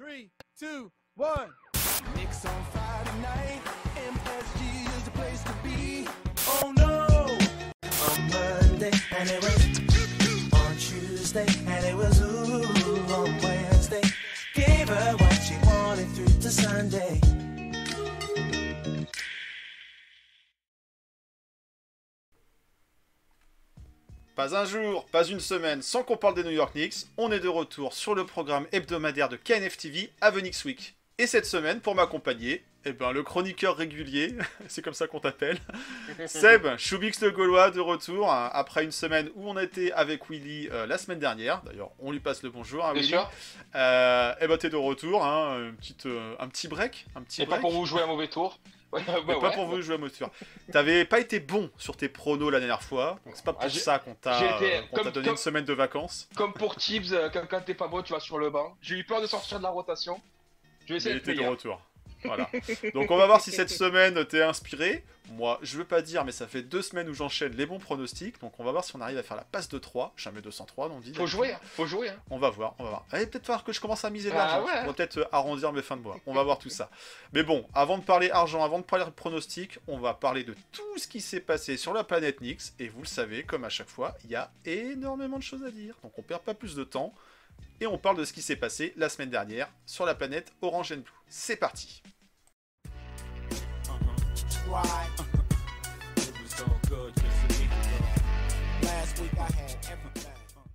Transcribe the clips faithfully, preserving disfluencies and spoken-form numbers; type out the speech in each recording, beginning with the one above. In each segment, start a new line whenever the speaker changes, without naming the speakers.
three, two, one.
Knicks on Friday night, M S G is the place to be. Oh no! On Monday, and it was on Tuesday, and it was ooh on Wednesday. Gave her what she wanted through to Sunday.
Pas un jour, pas une semaine sans qu'on parle des New York Knicks, on est de retour sur le programme hebdomadaire de K N F T V Have a Knicks Week. Et cette semaine, pour m'accompagner, eh ben, le chroniqueur régulier, c'est comme ça qu'on t'appelle, Seb, Choubix le Gaulois, de retour, hein, après une semaine où on était avec Willy euh, la semaine dernière. D'ailleurs, on lui passe le bonjour, hein,
Bien
Willy.
sûr.
Euh, et ben, t'es de retour, hein, une petite, euh, un petit break. Un petit
Et
break.
pas pour vous jouer un mauvais tour. Ouais, bah
Mais pas
ouais.
pour vous jouer à moteur. T'avais pas été bon sur tes pronos la dernière fois, donc c'est pas pour
Ah, j'ai-
ça qu'on t'a
j'ai été-
euh, qu'on
comme-
t'a donné
comme-
une semaine de vacances.
Comme pour Tibbs, euh, quand, quand t'es pas bon, tu vas sur le banc. J'ai eu peur de sortir de la rotation. Je vais essayer
Mais
d'être
t'es de
meilleur.
retour. Voilà. Donc on va voir si cette semaine t'es inspiré. Moi, je veux pas dire, mais ça fait deux semaines où j'enchaîne les bons pronostics. Donc on va voir si on arrive à faire la passe de trois. Jamais deux cent trois, on dit.
Faut jouer, hein. Faut jouer. Hein.
On va voir, on va voir. Allez, peut-être falloir que je commence à miser de
Ah
l'argent.
ouais.
On va peut-être euh, arrondir mes fins de mois. On va voir tout ça. Mais bon, avant de parler argent, avant de parler pronostics, on va parler de tout ce qui s'est passé sur la planète Knicks. Et vous le savez, comme à chaque fois, il y a énormément de choses à dire. Donc on perd pas plus de temps. Et on parle de ce qui s'est passé la semaine dernière sur la planète Orange and Blue. C'est parti.
Right.
It was all good just a week ago.
Last week I had everything.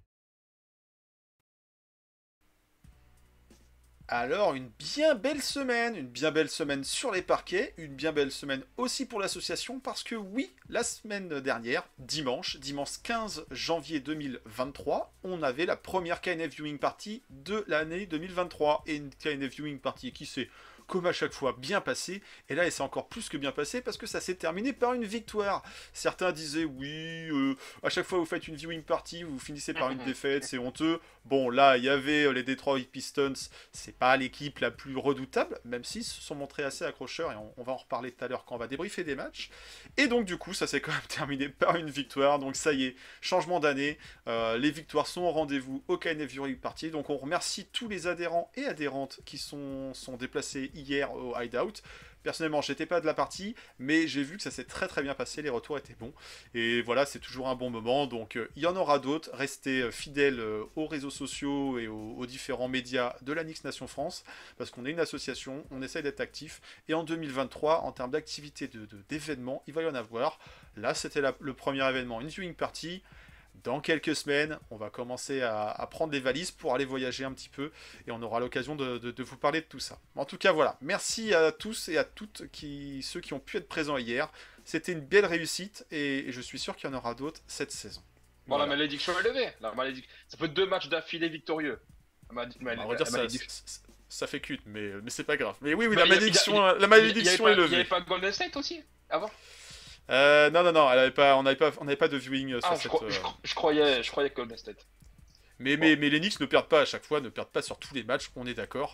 Alors, une bien belle semaine, une bien belle semaine sur les parquets, une bien belle semaine aussi pour l'association, parce que oui, la semaine dernière, dimanche, dimanche quinze janvier deux mille vingt-trois, on avait la première K N F Viewing Party de l'année deux mille vingt-trois, et une K N F Viewing Party qui s'est, comme à chaque fois, bien passée, et là, elle s'est encore plus que bien passée, parce que ça s'est terminé par une victoire. Certains disaient, oui, euh, à chaque fois vous faites une Viewing Party, vous finissez par une défaite, c'est honteux. Bon, là, il y avait euh, les Detroit Pistons, c'est pas l'équipe la plus redoutable, même s'ils se sont montrés assez accrocheurs, et on, on va en reparler tout à l'heure quand on va débriefer des matchs. Et donc, du coup, ça s'est quand même terminé par une victoire, donc ça y est, changement d'année, euh, les victoires sont au rendez-vous au K N F Viewing Party, donc on remercie tous les adhérents et adhérentes qui sont, sont déplacés hier au Hideout. Personnellement, j'étais pas de la partie, mais j'ai vu que ça s'est très très bien passé, les retours étaient bons. Et voilà, c'est toujours un bon moment, donc euh, il y en aura d'autres. Restez euh, fidèles euh, aux réseaux sociaux et aux, aux différents médias de la Knicks Nation France, parce qu'on est une association, on essaye d'être actif. Et en deux mille vingt-trois, en termes d'activité, de, de- d'événements, il va y en avoir. Là, c'était la- le premier événement, une viewing party. Dans quelques semaines, on va commencer à, à prendre les valises pour aller voyager un petit peu et on aura l'occasion de, de- de vous parler de tout ça. En tout cas, voilà. Merci à tous et à toutes qui, ceux qui ont pu être présents hier. C'était une belle réussite et, et je suis sûr qu'il y en aura d'autres cette saison.
Bon,
Voilà.
la malédiction est levée. La malédic- Ça fait deux matchs d'affilée victorieux. La malé- malé-
On va dire
la
ça,
malédiction.
ça, ça fait cute, mais, mais c'est pas grave. Mais oui, oui,
Bah,
la
il y a- il y a-
malédiction,
il y a-
la malédiction
Il
est
n'y avait
levée.
pas Golden State aussi avant.
Euh, non, non, non, elle avait pas, on n'avait pas, on n'avait pas de viewing euh, sur
Ah, je,
cette.
cro-
euh,
je, cro- je croyais, je croyais Golden State.
Mais, mais, mais les Knicks ne perdent pas à chaque fois, ne perdent pas sur tous les matchs, on est d'accord.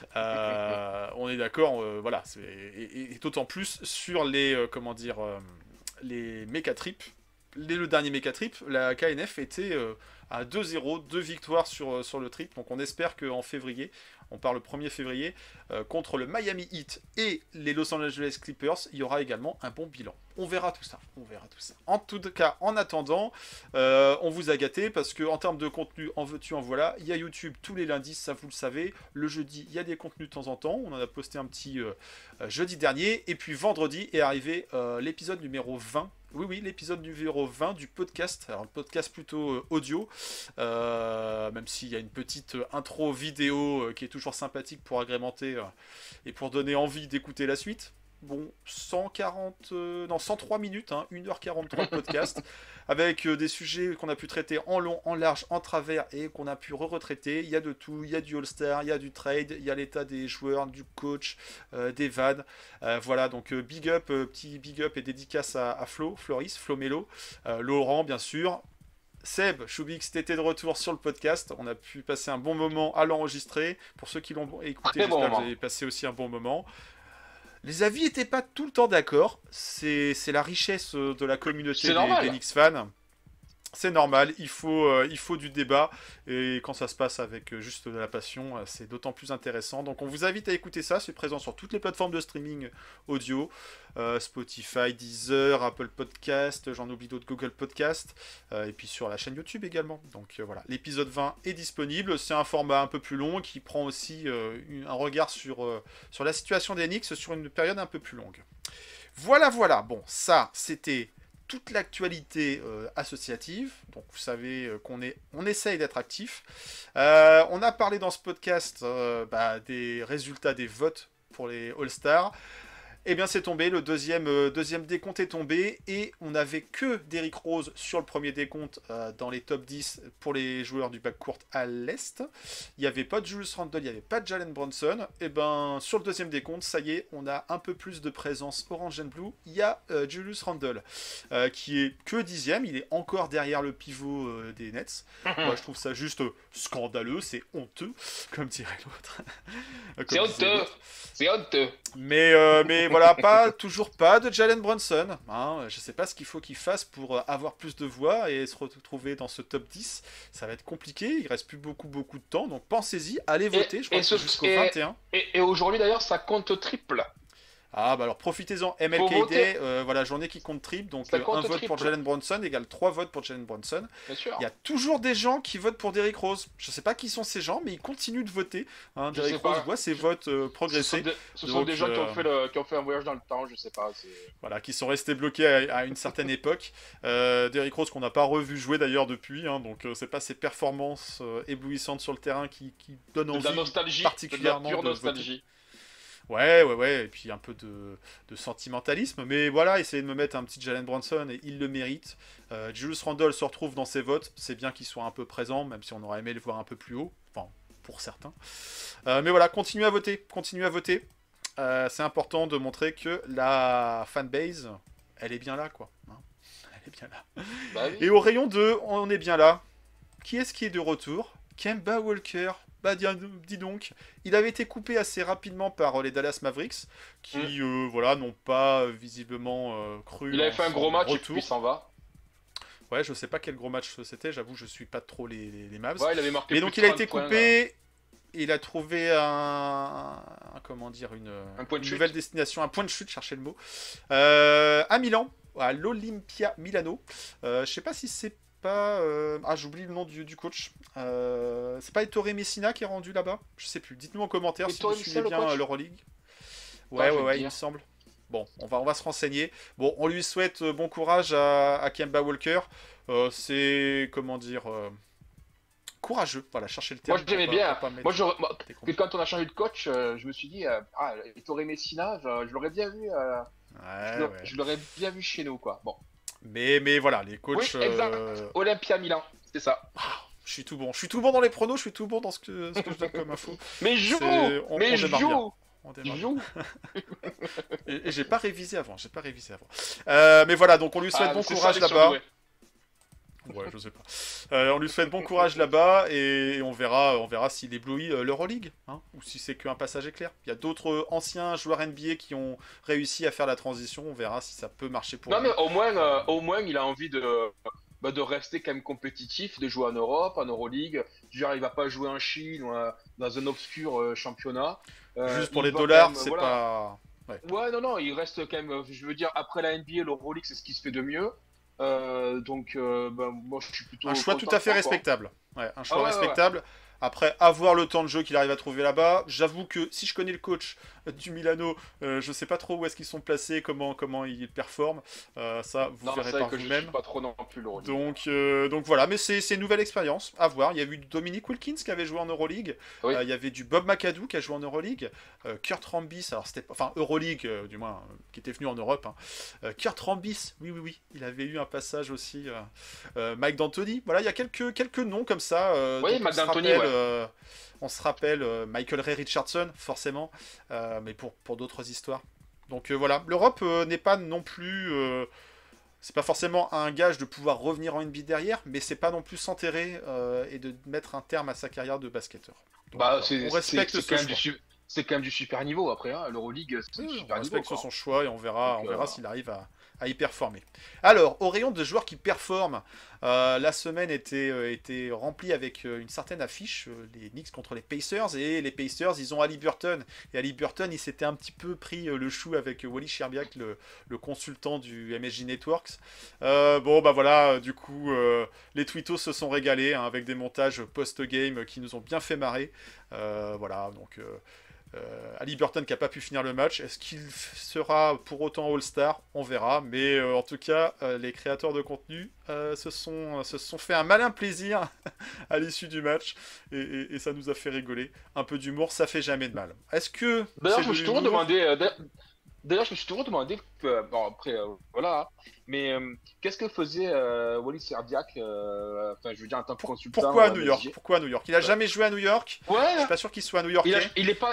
Euh, on est d'accord, euh, voilà. c'est- Et, et- et d'autant plus sur les, euh, comment dire, euh, les méca trips. Les- Le dernier méca trip, la K N F était euh, à deux zéro, deux victoires sur, euh, sur le trip. Donc on espère qu'en février, on part le premier février, euh, contre le Miami Heat et les Los Angeles Clippers, il y aura également un bon bilan. On verra tout ça, on verra tout ça. En tout cas, en attendant, euh, on vous a gâté parce que en termes de contenu, en veux-tu, en voilà, il y a YouTube tous les lundis, ça vous le savez. Le jeudi, il y a des contenus de temps en temps. On en a posté un petit euh, euh, jeudi dernier. Et puis vendredi est arrivé euh, l'épisode numéro vingt. Oui, oui, l'épisode numéro vingt du podcast. Alors, le podcast plutôt euh, audio, euh, même s'il y a une petite euh, intro vidéo euh, qui est toujours sympathique pour agrémenter euh, et pour donner envie d'écouter la suite. Bon, cent quarante, euh, non, cent trois minutes, hein, une heure quarante-trois de podcast, avec euh, des sujets qu'on a pu traiter en long, en large, en travers, et qu'on a pu re-retraiter. Il y a de tout, il y a du All-Star, il y a du trade, il y a l'état des joueurs, du coach, euh, des vannes. Euh, voilà, donc euh, big up, euh, petit big up et dédicace à, à Flo, Floris, Flo Mello, euh, Laurent, bien sûr. Seb, Choubix, t'étais de retour sur le podcast. On a pu passer un bon moment à l'enregistrer. Pour ceux qui l'ont écouté,
Très bon
j'espère que
moment.
vous avez passé aussi un bon moment. Les avis n'étaient pas tout le temps d'accord. C'est c'est la richesse euh, de la communauté
C'est
des,
normal.
des Knicks fans. C'est normal, il faut, euh, il faut du débat, et quand ça se passe avec euh, juste de la passion, euh, c'est d'autant plus intéressant. Donc on vous invite à écouter ça, c'est présent sur toutes les plateformes de streaming audio, euh, Spotify, Deezer, Apple Podcast, j'en oublie d'autres, Google Podcast, euh, et puis sur la chaîne YouTube également. Donc euh, voilà, l'épisode vingt est disponible, c'est un format un peu plus long qui prend aussi euh, une- un regard sur, euh, sur la situation d'Enix sur une période un peu plus longue. Voilà, voilà, bon, ça c'était toute l'actualité euh, associative. Donc vous savez euh, qu'on est, on essaye d'être actif. Euh, on a parlé dans ce podcast euh, bah, des résultats des votes pour les All-Stars. Eh bien c'est tombé, le deuxième, euh, deuxième décompte est tombé et on n'avait que Derrick Rose sur le premier décompte euh, dans les top dix pour les joueurs du backcourt à l'Est. Il n'y avait pas de Julius Randle, il n'y avait pas de Jalen Brunson. Et ben sur le deuxième décompte, ça y est, on a un peu plus de présence orange and blue. Il y a euh, Julius Randle euh, qui est que dixième, il est encore derrière le pivot euh, des Nets. Moi je trouve ça juste euh, scandaleux, c'est honteux, comme dirait l'autre. Comme
C'est
disait
honteux.
l'autre.
C'est honteux.
Mais, euh, mais voilà, pas, toujours pas de Jalen Brunson. Hein. Je sais pas ce qu'il faut qu'il fasse pour avoir plus de voix et se retrouver dans ce top dix. Ça va être compliqué, il reste plus beaucoup beaucoup de temps. Donc pensez-y, allez voter, je crois
et
que
ce-
c'est jusqu'au
et-
vingt et un.
Et, et aujourd'hui d'ailleurs, ça compte triple.
Ah bah alors profitez-en,
Faut
M L K
voter.
Day, euh, voilà, journée qui compte triple. Donc
Ça
euh,
compte
un vote
triple.
pour Jalen Brunson égale trois votes pour Jalen Brunson.
Bien sûr.
Il y a toujours des gens qui votent pour Derrick Rose. Je sais pas qui sont ces gens, mais ils continuent de voter. Hein,
Je
Derrick
sais pas.
Rose voit ses votes euh,
Ce sont
progresser.
des, ce sont
Donc,
des gens qui,
euh,
ont fait le, qui ont fait un voyage dans le temps, je sais pas. c'est-
Voilà, qui sont restés bloqués à, à une certaine époque. Euh, Derrick Rose qu'on n'a pas revu jouer d'ailleurs depuis, hein, donc euh, c'est pas ses performances euh, éblouissantes sur le terrain qui, qui donnent
De
envie.
la nostalgie,
particulièrement
de la pure
de voter.
nostalgie.
Ouais, ouais, ouais, et puis un peu de, de sentimentalisme, mais voilà, essayez de me mettre un petit Jalen Brunson et il le mérite. Euh, Julius Randle se retrouve dans ses votes, c'est bien qu'il soit un peu présent, même si on aurait aimé le voir un peu plus haut, enfin, pour certains. Euh, mais voilà, continuez à voter, continuez à voter. Euh, c'est important de montrer que la fanbase, elle est bien là, quoi. Hein. Elle est bien là.
Bah oui.
Et au rayon deux, on est bien là. Qui est-ce qui est de retour? Kemba Walker. Bah dis, dis donc, il avait été coupé assez rapidement par euh, les Dallas Mavericks, qui euh, voilà n'ont pas euh, visiblement euh, cru.
Il avait
en
fait un
son
gros match et
retour.
puis il s'en va.
Ouais, je sais pas quel gros match c'était, j'avoue, je suis pas trop les, les, les Mavs.
Ouais, il avait marqué.
Mais
plus
donc
de
il a
trente
été
points, là.
coupé. Il a trouvé un, un- comment dire une,
Un point de
une
chute.
nouvelle destination, un point de chute, cherchez le mot, euh, à Milan, à l'Olympia Milano. Euh, je sais pas si c'est pas, euh, ah j'oublie le nom du, du coach. Euh, c'est pas Ettore Messina qui est rendu là-bas? Je sais plus. Dites-nous en commentaire si
Ettore
vous
Messina,
suivez
le
bien
coach
euh, l'Euroleague.
Ouais,
Ouais,
je vais
ouais,
te
ouais, il
dire.
me semble. Bon, on va, on va se renseigner. Bon, on lui souhaite euh, bon courage à, à Kemba Walker. Euh, c'est, comment dire, euh, courageux. Voilà, chercher le terme.
Moi j'aimais
pour pas-
bien.
pour pas mettre
Moi, j'aurais- moi,
des
que quand on a changé de coach, euh, je me suis dit, euh, ah, Ettore Messina, je, je l'aurais bien vu. euh, je
Ouais,
l'aurais-
ouais.
je l'aurais bien vu chez nous, quoi. Bon.
Mais, mais voilà, les coachs.
Oui, exact.
euh,
Olympia Milan, c'est ça.
Je suis tout bon. Je suis tout bon dans les pronos, je suis tout bon dans ce que, ce que je donne comme info.
Mais joue,
C'est- on-
mais
on démarre bien.
joue,
On démarre.
joue.
Et, et j'ai pas révisé avant, j'ai pas révisé avant. Euh, mais voilà, donc on lui souhaite
Ah,
bon
c'est ça,
courage
les
là-bas.
surdoués.
Ouais, je sais pas. Euh, on lui souhaite bon courage là-bas et on verra, on verra s'il éblouit euh, l'Euroleague, hein, ou si c'est qu'un passage éclair. Il y a d'autres euh, anciens joueurs N B A qui ont réussi à faire la transition. On verra si ça peut marcher pour
Non,
lui.
mais au moins, euh, au moins, il a envie de, bah, de rester quand même compétitif, de jouer en Europe, en Euroleague. Genre, il va pas jouer en Chine ou euh, dans un obscur euh, championnat. Euh,
Juste pour
il
les
va
dollars,
quand même,
c'est
voilà.
pas.
Ouais, non, non, il reste quand même. euh, Je veux dire, après la N B A, l'Euroleague, c'est ce qui se fait de mieux. Euh, donc, euh, bah, moi, je suis plutôt.
Un choix
content
tout à
de
fait
ça, quoi.
respectable. Ouais, un choix
Ah ouais, ouais,
respectable. Après, avoir le temps de jeu qu'il arrive à trouver là-bas, j'avoue que si je connais le coach euh, du Milano, euh, je sais pas trop où est-ce qu'ils sont placés, comment, comment ils performent. Euh, ça, vous
Non,
verrez
c'est
par
vrai que je
vous-même.
suis pas trop non plus l'Euroleague.
Donc, euh, donc voilà, mais c'est c'est une nouvelle expérience à voir. Il y a eu Dominique Wilkins qui avait joué en Euroleague.
Oui.
Euh, il y avait du Bob McAdoo qui a joué en Euroleague. Euh, Kurt Rambis, alors c'était enfin Euroleague euh, du moins, euh, qui était venu en Europe. Hein. Euh, Kurt Rambis, oui oui oui, il avait eu un passage aussi. Euh, euh, Mike D'Antoni, voilà, il y a quelques quelques noms comme ça. Euh,
Oui,
dont on
Mike
se
D'Antoni,
rappelle,
ouais.
euh, on se rappelle euh, Michael Ray Richardson, forcément, euh, mais pour pour d'autres histoires. Donc euh, voilà, l'Europe euh, n'est pas non plus. Euh, c'est pas forcément un gage de pouvoir revenir en N B A derrière, mais c'est pas non plus s'enterrer euh, et de mettre un terme à sa carrière de basketteur. Donc,
Bah,
euh,
c'est
on
c'est-
respecte
c'est
ce
quand même
choix.
du su- c'est quand même du super niveau après. Hein. L'Euroleague, c'est
Oui,
du
oui, on
super niveau.
respecte
quoi.
son choix et on verra,
Donc,
on verra
euh,
s'il arrive à, à y performer. Alors, au rayon de joueurs qui performent, euh, la semaine était, euh, était remplie avec euh, une certaine affiche, euh, les Knicks contre les Pacers, et les Pacers, ils ont Haliburton, et Haliburton, il s'était un petit peu pris euh, le chou avec euh, Wally Szczerbiak, le, le consultant du M S G Networks. Euh, bon, bah voilà, euh, du coup, euh, les twittos se sont régalés, hein, avec des montages post-game qui nous ont bien fait marrer. Euh, voilà, donc... Euh, Euh, Haliburton qui n'a pas pu finir le match. Est-ce qu'il sera pour autant All-Star? On verra. Mais euh, en tout cas, euh, les créateurs de contenu euh, se, sont, se sont fait un malin plaisir à l'issue du match. Et, et, et ça nous a fait rigoler. Un peu d'humour, ça fait jamais de mal. Est-ce que...
D'ailleurs,
c'est
je me
de
suis toujours
l'humour
demandé. euh, d'a- D'ailleurs, je me suis toujours demandé. euh, bon, après, euh, voilà. hein, Mais euh, qu'est-ce que faisait euh, Wally Serbiak euh, Enfin, je veux dire, en tant que
Pour-
consultant
Pourquoi à
euh,
New York?
M S G.
Pourquoi à New York? Il a jamais joué à New York. Je
Ouais,
suis pas sûr qu'il soit
il, a,
New-Yorkais.
il est pas.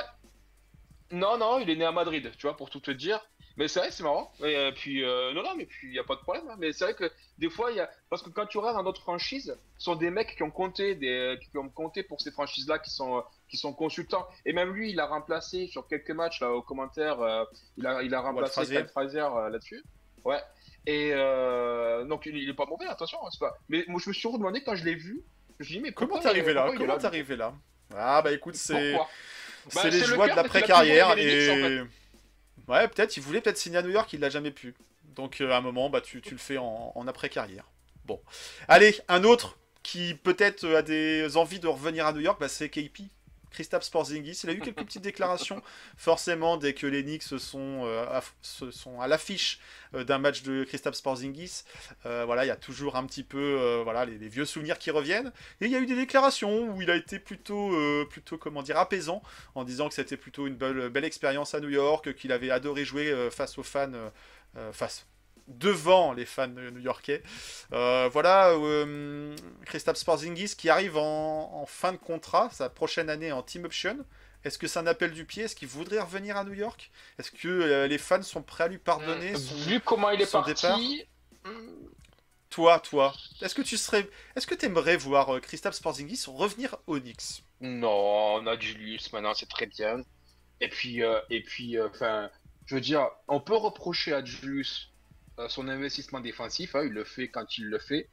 Non, non, il est né à Madrid, tu vois, pour tout te dire. Mais c'est vrai, c'est marrant. Et euh, puis, euh, non, non, mais puis, il n'y a pas de problème. hein. Mais c'est vrai que des fois, il y a. Parce que quand tu regardes dans d'autres franchises, ce sont des mecs qui ont compté, des... qui ont compté pour ces franchises-là, qui sont, euh, qui sont consultants. Et même lui, il a remplacé sur quelques matchs, là, aux commentaires, euh, il, a, il a remplacé
Frazier.
Kyle Frazier euh, là-dessus. Ouais. Et euh, donc, il, il est pas mauvais, attention, hein, c'est pas. Mais moi, je me suis toujours demandé quand je l'ai vu, je me suis dit, mais
Comment
pourquoi
t'es
il-
arrivé là?
pourquoi il est
Comment
là,
t'es arrivé là? Ah bah écoute, c'est...
Pourquoi
C'est
Bah,
les
c'est le
joies de
cœur, mais c'est la
l'après-carrière
plus grosse des
et...
Knicks,
Ouais, peut-être, il voulait peut-être signer à New York, il l'a jamais pu. Donc euh, à un moment, bah, tu, tu le fais en, en après-carrière. Bon. Allez, un autre qui peut-être euh, a des envies de revenir à New York, bah, c'est K P. Kristaps Porzingis, il a eu quelques petites déclarations. Forcément, dès que les Knicks sont, euh, à, se sont à l'affiche euh, d'un match de Kristaps Porzingis, euh, voilà, il y a toujours un petit peu euh, voilà, les, les vieux souvenirs qui reviennent. Et il y a eu des déclarations où il a été plutôt, euh, plutôt comment dire, apaisant, en disant que c'était plutôt une belle, belle expérience à New York, qu'il avait adoré jouer euh, face aux fans, euh, euh, face devant les fans new-yorkais. Euh, voilà, euh, Kristaps Porzingis qui arrive en, en fin de contrat, sa prochaine année en team option. Est-ce que c'est un appel du pied? Est-ce qu'il voudrait revenir à New York? Est-ce que euh, les fans sont prêts à lui pardonner son,
Vu comment il est
son
parti,
Toi, toi, est-ce que tu serais, est-ce que tu aimerais voir euh, Kristaps Porzingis revenir aux Knicks?
non, on a Julius maintenant, c'est très bien. Et puis, euh, et puis, euh, enfin, je veux dire, on peut reprocher à Julius euh, son investissement défensif, hein, il le fait quand il le fait,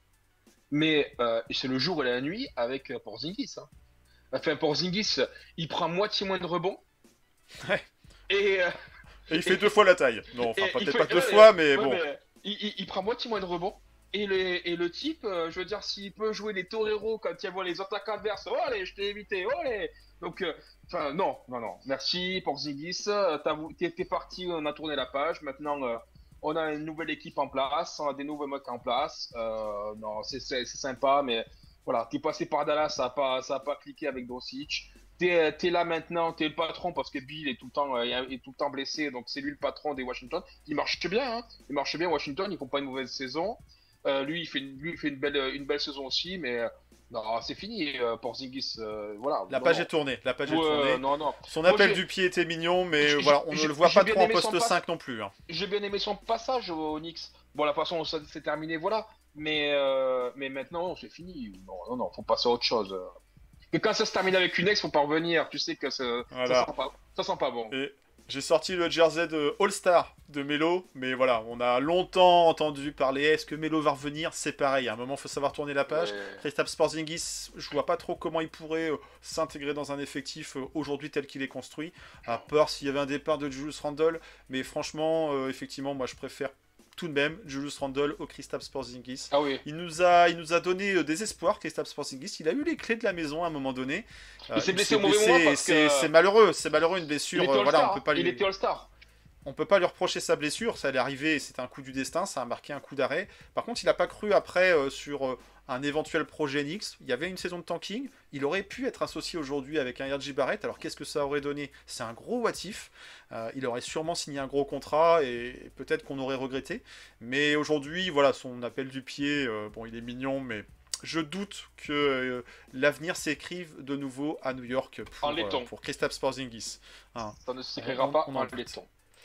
mais euh, c'est le jour et la nuit avec euh, Porzingis. hein. Enfin, Porzingis, il prend moitié moins de rebonds.
Ouais.
Et, euh,
Et il fait deux fois la taille. Non, enfin,
et il
peut-être
fait-
pas deux
ouais,
fois, mais
ouais,
bon.
mais il, il- il prend moitié moins de rebonds. Et le, et le type, euh, je veux dire, s'il peut jouer les toreros quand il voit les attaques adverses, oh allez, je t'ai évité, oh allez. Donc, euh, enfin, non, non, non. Merci Porzingis, euh, t'as vou- t'es t'es parti, on a tourné la page. Maintenant, euh, on a une nouvelle équipe en place, on a des nouveaux mecs en place. Euh, non, c'est c'est- c'est sympa, mais voilà, t'es passé par Dallas, ça a pas, ça a pas cliqué avec Doncic. T'es es là maintenant, t'es le patron parce que Bill est tout le temps, euh, est tout le temps blessé, donc c'est lui le patron des Washington. Il marche bien, hein. Il marche bien Washington, ils font pas une mauvaise saison. Euh, lui, il fait, une, lui, il fait une belle, une belle saison aussi, mais euh, non, c'est fini. Euh, Porzingis, euh, voilà.
La
non,
page
non.
est tournée. La page est
Ouais,
tournée.
non, non.
Son
Moi,
appel
j'ai-
du pied était mignon, mais
j'ai-
voilà, on ne
j'ai-
le voit
j'ai
pas
bien
trop en
aimé son
poste
passe.
cinq non plus. hein.
J'ai bien aimé son passage aux Knicks. Bon, la façon dont ça s'est terminé, voilà. Mais, euh, mais maintenant, c'est fini. Non, non, non, faut passer à autre chose. Et quand ça se termine avec une ex, faut pas revenir. Tu sais que ça,
Voilà.
ça, sent pas, ça sent pas bon.
Et j'ai sorti le jersey de All-Star de Melo, mais voilà, on a longtemps entendu parler. Est-ce que Melo va revenir? C'est pareil. À un moment, il faut savoir tourner la page.
Ouais.
Kristaps Porzingis, je vois pas trop comment il pourrait euh, s'intégrer dans un effectif euh, aujourd'hui tel qu'il est construit, à part s'il y avait un départ de Julius Randle. Mais franchement, euh, effectivement, moi je préfère tout de même Julius Randle au Kristaps Porzingis.
Ah oui.
Il nous a, il nous a donné euh, des espoirs, Kristaps Porzingis. Il a eu les clés de la maison à un moment donné. Euh,
Il s'est blessé au
s'est
mauvais
blessé
moment
et
parce
c'est
que-
c'est malheureux, c'est malheureux une
Il
blessure.
était
euh, voilà,
All-Star.
on peut pas
hein. Il
lui,
était All-Star.
on peut pas lui reprocher sa blessure. Ça allait arriver, c'était un coup du destin, ça a marqué un coup d'arrêt. Par contre, il a pas cru après euh, sur euh, un éventuel projet Knicks. Il y avait une saison de tanking. Il aurait pu être associé aujourd'hui avec un R J Barrett. Alors qu'est-ce que ça aurait donné? C'est un gros what if. Euh, il aurait sûrement signé un gros contrat et peut-être qu'on aurait regretté. Mais aujourd'hui, voilà, son appel du pied, euh, bon, il est mignon, mais je doute que euh, l'avenir s'écrive de nouveau à New York pour,
En laiton.
euh, pour Kristaps Porzingis. Hein.
Ça ne s'écrira
On-
pas
on en
en
doute.
laiton.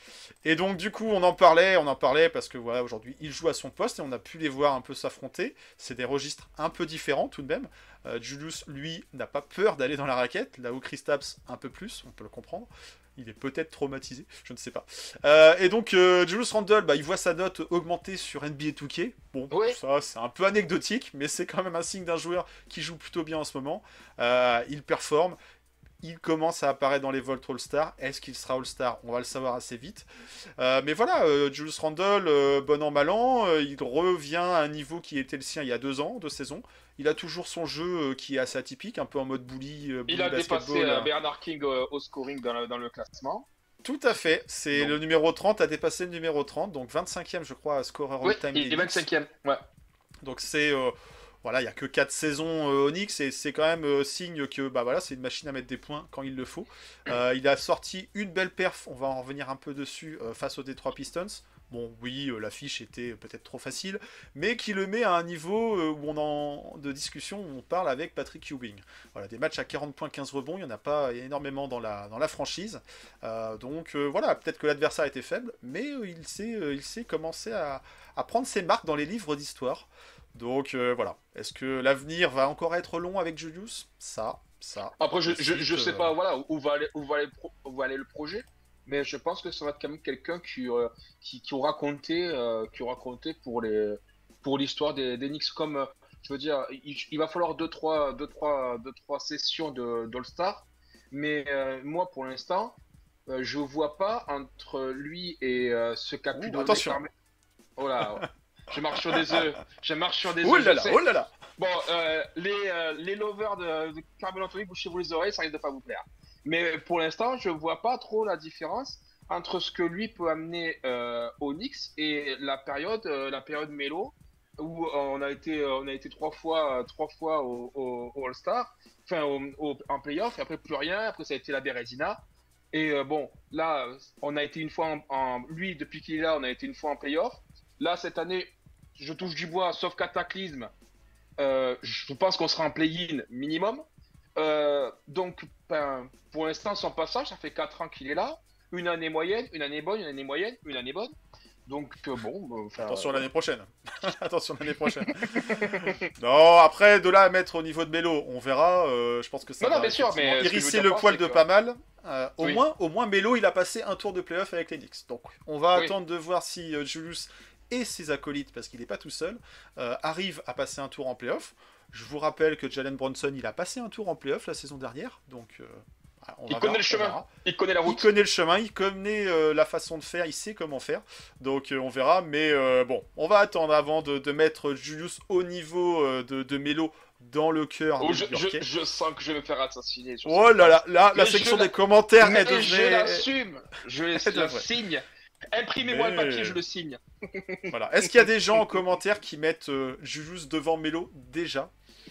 Et donc du coup on en parlait, on en parlait parce que voilà aujourd'hui il joue à son poste et on a pu les voir un peu s'affronter. C'est des registres un peu différents tout de même. Euh, Julius lui n'a pas peur d'aller dans la raquette, là où Kristaps un peu plus, on peut le comprendre. Il est peut-être traumatisé, je ne sais pas. Euh, et donc euh, Julius Randle, bah, il voit sa note augmenter sur N B A deux K. Bon,
Oui.
ça c'est un peu anecdotique, mais c'est quand même un signe d'un joueur qui joue plutôt bien en ce moment. Euh, il performe. Il commence à apparaître dans les votes All-Star. Est-ce qu'il sera All-Star? On va le savoir assez vite. Euh, mais voilà, euh, Julius Randle, euh, bon an, mal an, euh, il revient à un niveau qui était le sien il y a deux ans, deux saisons. Il a toujours son jeu euh, qui est assez atypique, un peu en mode bully, euh, bully
Il a dépassé
basketball.
euh, Bernard King euh, au scoring dans le, dans le classement.
Tout à fait. C'est
Donc.
le numéro trente, a dépassé le numéro trente, donc vingt-cinquième, je crois, scoreur
Oui,
all-time.
il
des
est
Knicks.
vingt-cinquième. Ouais.
Donc c'est... euh, Voilà, il n'y a que quatre saisons euh, Onyx et c'est quand même euh, signe que bah voilà, c'est une machine à mettre des points quand il le faut. Euh, il a sorti une belle perf, on va en revenir un peu dessus, euh, face aux Detroit Pistons. Bon, oui, euh, l'affiche était peut-être trop facile, mais qui le met à un niveau euh, où on en de discussion, où on parle avec Patrick Ewing. Voilà, des matchs à quarante points, quinze rebonds, il n'y en a pas énormément dans la, dans la franchise. Euh, donc euh, voilà, peut-être que l'adversaire était faible, mais euh, il sait, euh, il sait commencer à, à prendre ses marques dans les livres d'histoire. Donc euh, voilà. Est-ce que l'avenir va encore être long avec Julius? Ça, ça.
Après, je, je,
Ensuite,
je sais
euh,
pas voilà, où, va aller, où, va aller, pro- où va aller le projet, mais je pense que ça va être quand même quelqu'un qui, euh, qui, qui aura compté, euh, qui aura compté pour les, pour l'histoire des, des Knicks. Comme, euh, je veux dire, il, il va falloir deux trois, deux, trois, deux, trois sessions de, d'All-Star, mais euh, moi, pour l'instant, euh, je vois pas entre lui et euh, ce qu'a pu
Ouh,
donner
attention.
Carmelo. Oh là, je marche sur des œufs. Je marche sur des œufs.
Oh là
je
là,
sais.
oh là là.
Bon, euh, les, euh, les lovers de, de Carmelo Anthony, bouchez-vous les oreilles, ça risque de pas vous plaire. Mais pour l'instant, je vois pas trop la différence entre ce que lui peut amener euh, au Knicks et la période, euh, la période Melo, où euh, on a été, euh, on a été trois fois, euh, trois fois au, au- au All-Star, enfin au, au- en playoff, et après plus rien. Après ça a été la Bérésina. Et euh, bon, là, on a été une fois en, en- lui depuis qu'il est là, on a été une fois en playoff. Là cette année, je touche du bois, sauf cataclysme. Euh, je pense qu'on sera en play-in minimum. Euh, donc, ben, pour l'instant, son passage, ça fait quatre ans qu'il est là. Une année moyenne, une année bonne, une année moyenne, une année bonne. Donc, euh, bon. euh, enfin,
Attention
euh,
l'année prochaine. Attention l'année prochaine. Non, après, de là à mettre au niveau de Melo, on verra. euh, je pense que ça
Non, non,
va
bien sûr,
effectivement
mais ce que je veux
hérisser
dire
le
par,
poil
c'est
de
que-
pas mal. Euh, au,
Oui.
moins, au moins, Melo, il a passé un tour de playoff avec les Knicks. Donc, on va
Oui.
attendre de voir si euh, Julius et ses acolytes, parce qu'il n'est pas tout seul, euh, arrivent à passer un tour en playoff. Je vous rappelle que Jalen Brunson, il a passé un tour en playoff la saison dernière. Donc, euh, on
Il
va
connaît
voir,
le
on
chemin.
verra.
Il connaît la
Il
route.
connaît le chemin, il connaît euh, la façon de faire, il sait comment faire. Donc euh, on verra. Mais euh, bon, on va attendre avant de, de mettre Julius au niveau euh, de, de Melo dans le cœur
Oh,
des
je,
New-Yorkais.
je, je sens que je vais me faire assassiner. sur
Oh
cette
là là,
phrase.
là, la
Mais
section
je
des commentaires,
Mais
elle
je
devrait...
l'assume. Je
Elle
le
devrait.
signe. Imprimez-moi
Mais-
le papier, je le signe.
Voilà. Est-ce qu'il y a des gens en commentaire qui mettent euh, Julius devant Melo déjà?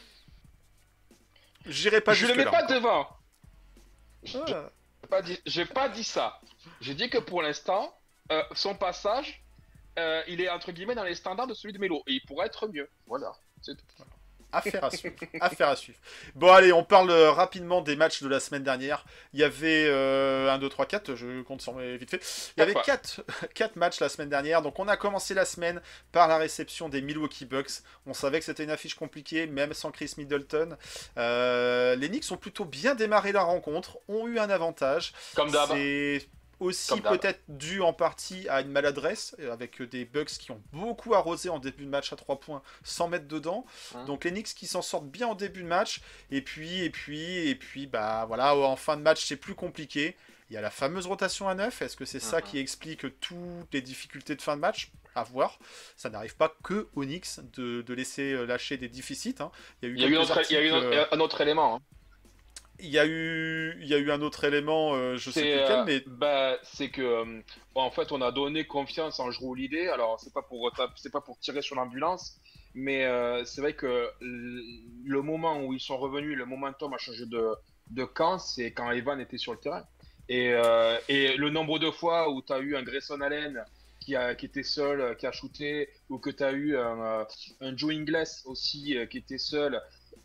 J'irai pas
je le
jusque
mets
là.
pas devant.
Ah.
J'ai pas dit- J'ai pas dit ça. J'ai dit que pour l'instant, euh, son passage, euh, il est entre guillemets dans les standards de celui de Melo. Et il pourrait être mieux. Voilà. C'est tout.
Affaire à suivre. Affaire à suivre. Bon, allez, on parle euh, rapidement des matchs de la semaine dernière. Il y avait euh, un, deux, trois, quatre, je compte sur mes vite fait. Il y avait
Quatre
quatre matchs la semaine dernière. Donc, on a commencé la semaine par la réception des Milwaukee Bucks. On savait que c'était une affiche compliquée, même sans Chris Middleton. Euh, les Knicks ont plutôt bien démarré la rencontre, ont eu un avantage.
Comme d'hab.
C'est aussi
Comme d'hab.
peut-être dû en partie à une maladresse, euh, avec des Bucks qui ont beaucoup arrosé en début de match à trois points sans mettre dedans.
Hein.
Donc les Knicks qui s'en sortent bien en début de match, et puis, et puis, et puis, bah voilà, en fin de match c'est plus compliqué. Il y a la fameuse rotation à neuf. Est-ce que c'est ça
Mhm.
qui explique toutes les difficultés de fin de match? À voir. Ça n'arrive pas que aux Knicks de, de laisser euh, lâcher des déficits. hein. Il y a eu,
Il y a eu,
quelques
autre- il y a eu
articles, euh,
un autre élément. hein.
il y a eu, il y a eu un autre élément, euh, je sais plus
C'est
lequel,
euh,
mais
bah, c'est que euh, en fait on a donné confiance en Jrue Holiday. Alors c'est pas pour reta- c'est pas pour tirer sur l'ambulance, mais euh, c'est vrai que l- le moment où ils sont revenus, le momentum a changé de, de camp, c'est quand Evan était sur le terrain. Et, euh, et le nombre de fois où tu as eu un Grayson Allen qui, a, qui était seul, euh, qui a shooté, ou que tu as eu un, euh, un Joe Ingles aussi euh, qui était seul,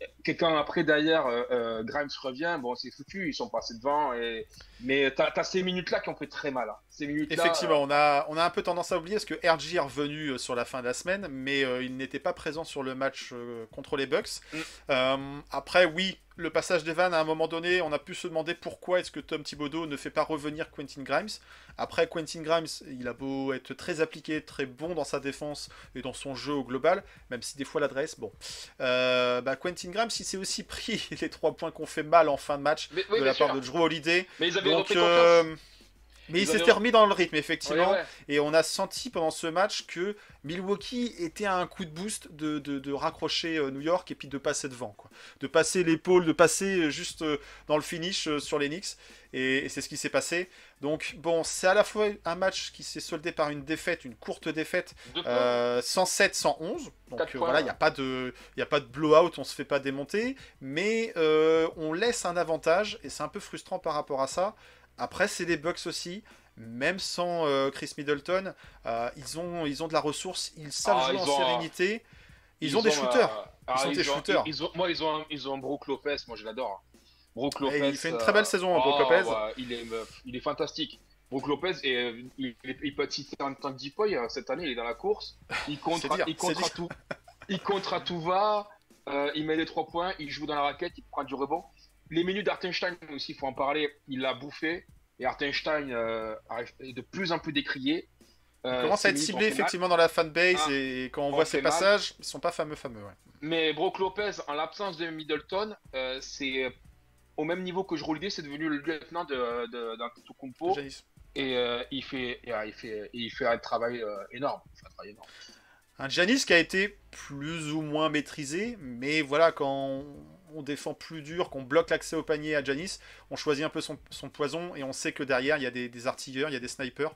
quelqu'un après derrière, euh, euh, Grimes revient, bon, c'est foutu, ils sont passés devant. Et... Mais t'as as ces minutes-là qui ont fait très mal. Hein. Ces minutes-là.
Effectivement,
euh,
on a, on a un peu tendance à oublier parce que R G est revenu euh, sur la fin de la semaine, mais euh, il n'était pas présent sur le match euh, contre les Bucks.
Mm.
Euh, après, oui, le passage d'Evan, à un moment donné, on a pu se demander pourquoi est-ce que Tom Thibodeau ne fait pas revenir Quentin Grimes. Après, Quentin Grimes, il a beau être très appliqué, très bon dans sa défense et dans son jeu au global, même si des fois l'adresse, bon. Euh, bah, Quentin Grimes, il s'est aussi pris les trois points qu'on fait mal en fin de match
mais, oui,
de
bien
la part
sûr.
de Drew Holiday.
Mais ils avaient
Donc,
repris confiance.
euh, mais il
Ils
s'était
avaient-
remis dans le rythme, effectivement.
Ouais, ouais.
Et on a senti pendant ce match que Milwaukee était à un coup de boost de, de, de raccrocher euh, New York et puis de passer devant. Quoi. De passer l'épaule, de passer juste euh, dans le finish euh, sur les Knicks. Et, et c'est ce qui s'est passé. Donc, bon, c'est à la fois un match qui s'est soldé par une défaite, une courte défaite,
Deux points.
euh, cent sept cent onze. Donc
Quatre
euh,
points,
voilà, il
ouais.
n'y a pas de, il y a pas de blowout, on se fait pas démonter. Mais euh, on laisse un avantage et c'est un peu frustrant par rapport à ça. Après, c'est les Bucks aussi. Même sans euh, Chris Middleton, euh, ils, ont, ils ont de la ressource, ils savent
Ah,
jouer
ils
en
ont,
sérénité. Ils, ont des shooters.
euh,
Ils sont
ah,
des
ont-
shooters.
ils- ils ont- moi, ils ont, ils ont Brook Lopez, moi je l'adore. hein. Brook
Et
Lopez.
il fait une très belle saison,
euh,
Brook
ah,
Lopez.
ouais, il, est, euh, il est fantastique. Brook Lopez, et, euh, il, il peut être cité en tant que depoy, euh, cette année, il est dans la course. Il contre,
C'est dire,
il contre
c'est
à tout. Il contre à tout va. euh, il met les trois points, il joue dans la raquette, il prend du rebond. Les minutes d'Artenstein aussi, il faut en parler. Il l'a bouffé. Et Artenstein euh, arrive- est de plus en plus décrié. Euh,
Il commence
ces
à être
minutes
ciblé
ont fait mal.
effectivement dans la fanbase
Ah,
et quand on
on
voit
fait
ses
mal.
passages, ils sont pas fameux fameux. Ouais.
Mais Brook Lopez, en l'absence de Middleton, euh, c'est euh, au même niveau que Jrue Holiday, c'est devenu le lieutenant de, de, d'Antetokounmpo.
Janis.
Et euh, il, fait, et, euh, il, fait, il fait un travail euh, énorme. Il fait un travail énorme.
Un Giannis qui a été plus ou moins maîtrisé, mais voilà, quand on défend plus dur, qu'on bloque l'accès au panier à Giannis, on choisit un peu son, son poison et on sait que derrière il y a des, des artilleurs, il y a des snipers.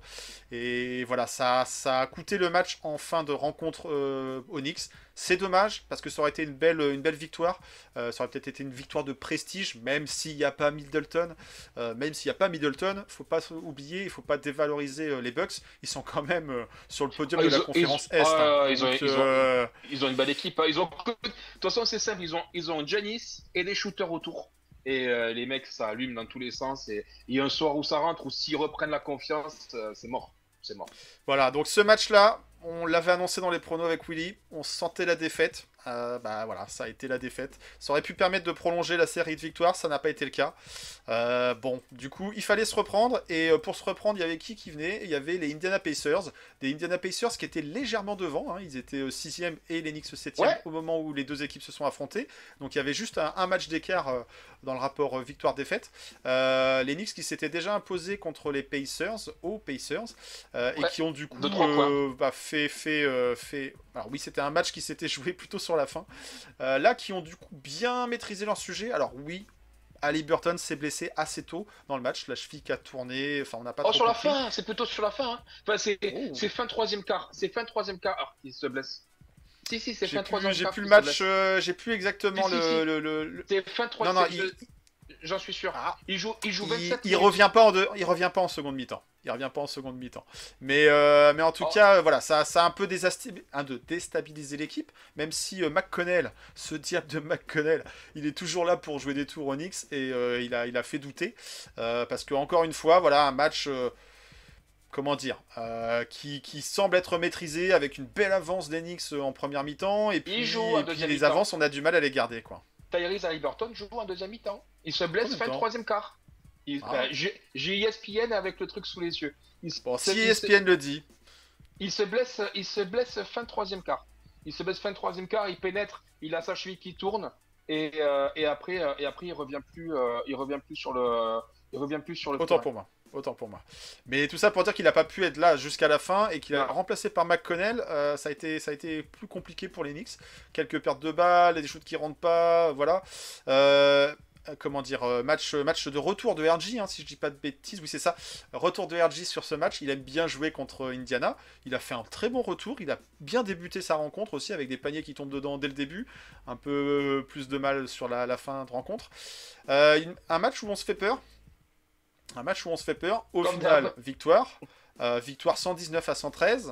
Et voilà, ça, ça a coûté le match en fin de rencontre euh, aux Knicks. C'est dommage parce que ça aurait été une belle, une belle victoire. Euh, ça aurait peut-être été une victoire de prestige, même s'il n'y a pas Middleton. Euh, même s'il n'y a pas Middleton, faut pas oublier, il faut pas dévaloriser euh, les Bucks. Ils sont quand même euh, sur le podium
Ah,
de
ils
la
ont-
conférence
ils-
Est.
ah,
hein.
ils ont-
Donc,
ils ont-
euh,
Ils ont une belle équipe. hein. Ils ont... De toute façon, c'est simple. Ils ont, ils ont Giannis et des shooters autour. Et euh, les mecs, ça allume dans tous les sens. Et il y a un soir où ça rentre, ou s'ils reprennent la confiance, euh, c'est mort. C'est mort.
Voilà, donc ce match-là, on l'avait annoncé dans les pronos avec Willy, on sentait la défaite. Euh, bah voilà, ça a été la défaite. Ça aurait pu permettre de prolonger la série de victoires, ça n'a pas été le cas. Euh, bon, du coup, il fallait se reprendre. Et euh, pour se reprendre, il y avait qui qui venait? Il y avait les Indiana Pacers. Des Indiana Pacers qui étaient légèrement devant. Hein. Ils étaient sixième et les Knicks septième
Ouais.
au moment où les deux équipes se sont affrontées. Donc il y avait juste un, un match d'écart euh, dans le rapport euh, victoire-défaite. Euh, les Knicks qui s'étaient déjà imposés contre les Pacers, aux Pacers, euh, et
Ouais.
qui ont du coup
Deux, trois points.
euh, bah, fait, fait, euh, fait... Alors oui, c'était un match qui s'était joué plutôt sur la fin. Euh, là, qui ont du coup bien maîtrisé leur sujet. Alors oui, Ali Burton s'est blessé assez tôt dans le match. La cheville qui a tourné. Enfin, on n'a pas
Oh,
trop
sur la
compris.
fin, c'est plutôt sur la fin. hein. Enfin, c'est
Oh.
c'est fin troisième quart. C'est fin troisième quart qu'il se blesse. Si, si, c'est
J'ai
fin
plus,
troisième
j'ai
quart.
plus le
qu'il se
match.
blesse.
euh, j'ai plus exactement
Si, si,
le,
si.
le- le- le-
C'est fin
Non,
troisième.
non,
je-
il,
J'en suis sûr.
ah,
Il joue, il joue
il,
vingt-sept
il
minutes.
revient pas en deux, il revient pas en seconde mi-temps. Il revient pas en seconde mi-temps. Mais, euh, mais en tout
Oh.
cas, euh, voilà, ça, ça a un peu désasti- un de déstabilisé l'équipe. Même si euh, McConnell, ce diable de McConnell, il est toujours là pour jouer des tours au Knicks et euh, il, a, il a fait douter. Euh, parce que encore une fois, voilà, un match. euh, Comment dire, euh, qui, qui semble être maîtrisé avec une belle avance des Knicks en première mi-temps et puis,
joue en
et puis
deuxième
les
mi-temps.
avances on a du mal à les garder quoi.
Tyrese Haliburton joue en deuxième mi-temps. Il se blesse
Combien de
fin
temps
troisième quart. Il-
Ah.
bah, J'ai j'ai E S P N avec le truc sous les yeux. Il, se-
Bon, si
il
E S
se-
P N le dit,
il se blesse, il se blesse fin troisième quart. Il se blesse fin troisième quart, il pénètre, il a sa cheville qui tourne et, euh, et après euh, et après il revient plus, euh, il revient plus sur le, il revient plus sur le
autant
terrain.
pour moi. Autant pour moi. Mais tout ça pour dire qu'il n'a pas pu être là jusqu'à la fin et qu'il a
Non.
remplacé par McConnell. euh, ça, a été, ça a été plus compliqué pour les Knicks. Quelques pertes de balles, des shoots qui rentrent pas, voilà. Euh, comment dire, euh, match, match de retour de R J, hein, si je dis pas de bêtises, oui c'est ça. Retour de R J sur ce match. Il aime bien jouer contre Indiana. Il a fait un très bon retour. Il a bien débuté sa rencontre aussi avec des paniers qui tombent dedans dès le début. Un peu plus de mal sur la, la fin de rencontre. Euh, une- un match où on se fait peur. Un match où on se fait peur. Au
Comme
final,
d'hab.
victoire. Euh, victoire cent dix-neuf à cent treize.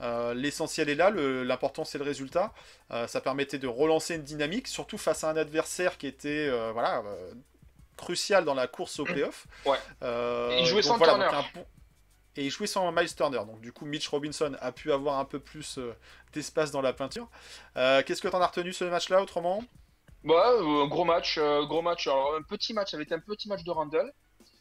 Euh, L'essentiel est là, le- l'important c'est le résultat. Euh, ça permettait de relancer une dynamique, surtout face à un adversaire qui était euh, voilà, euh, crucial dans la course au playoff.
Ouais.
Euh,
Et il jouait
donc
sans
voilà,
Turner.
donc un bon- Et il jouait sans Miles Turner. Donc du coup, Mitch Robinson a pu avoir un peu plus euh, d'espace dans la peinture. Euh, Qu'est-ce que tu en as retenu ce match-là autrement?
Ouais, euh, gros match, euh, gros match. Alors, un petit match, ça avait été un petit match de Randle.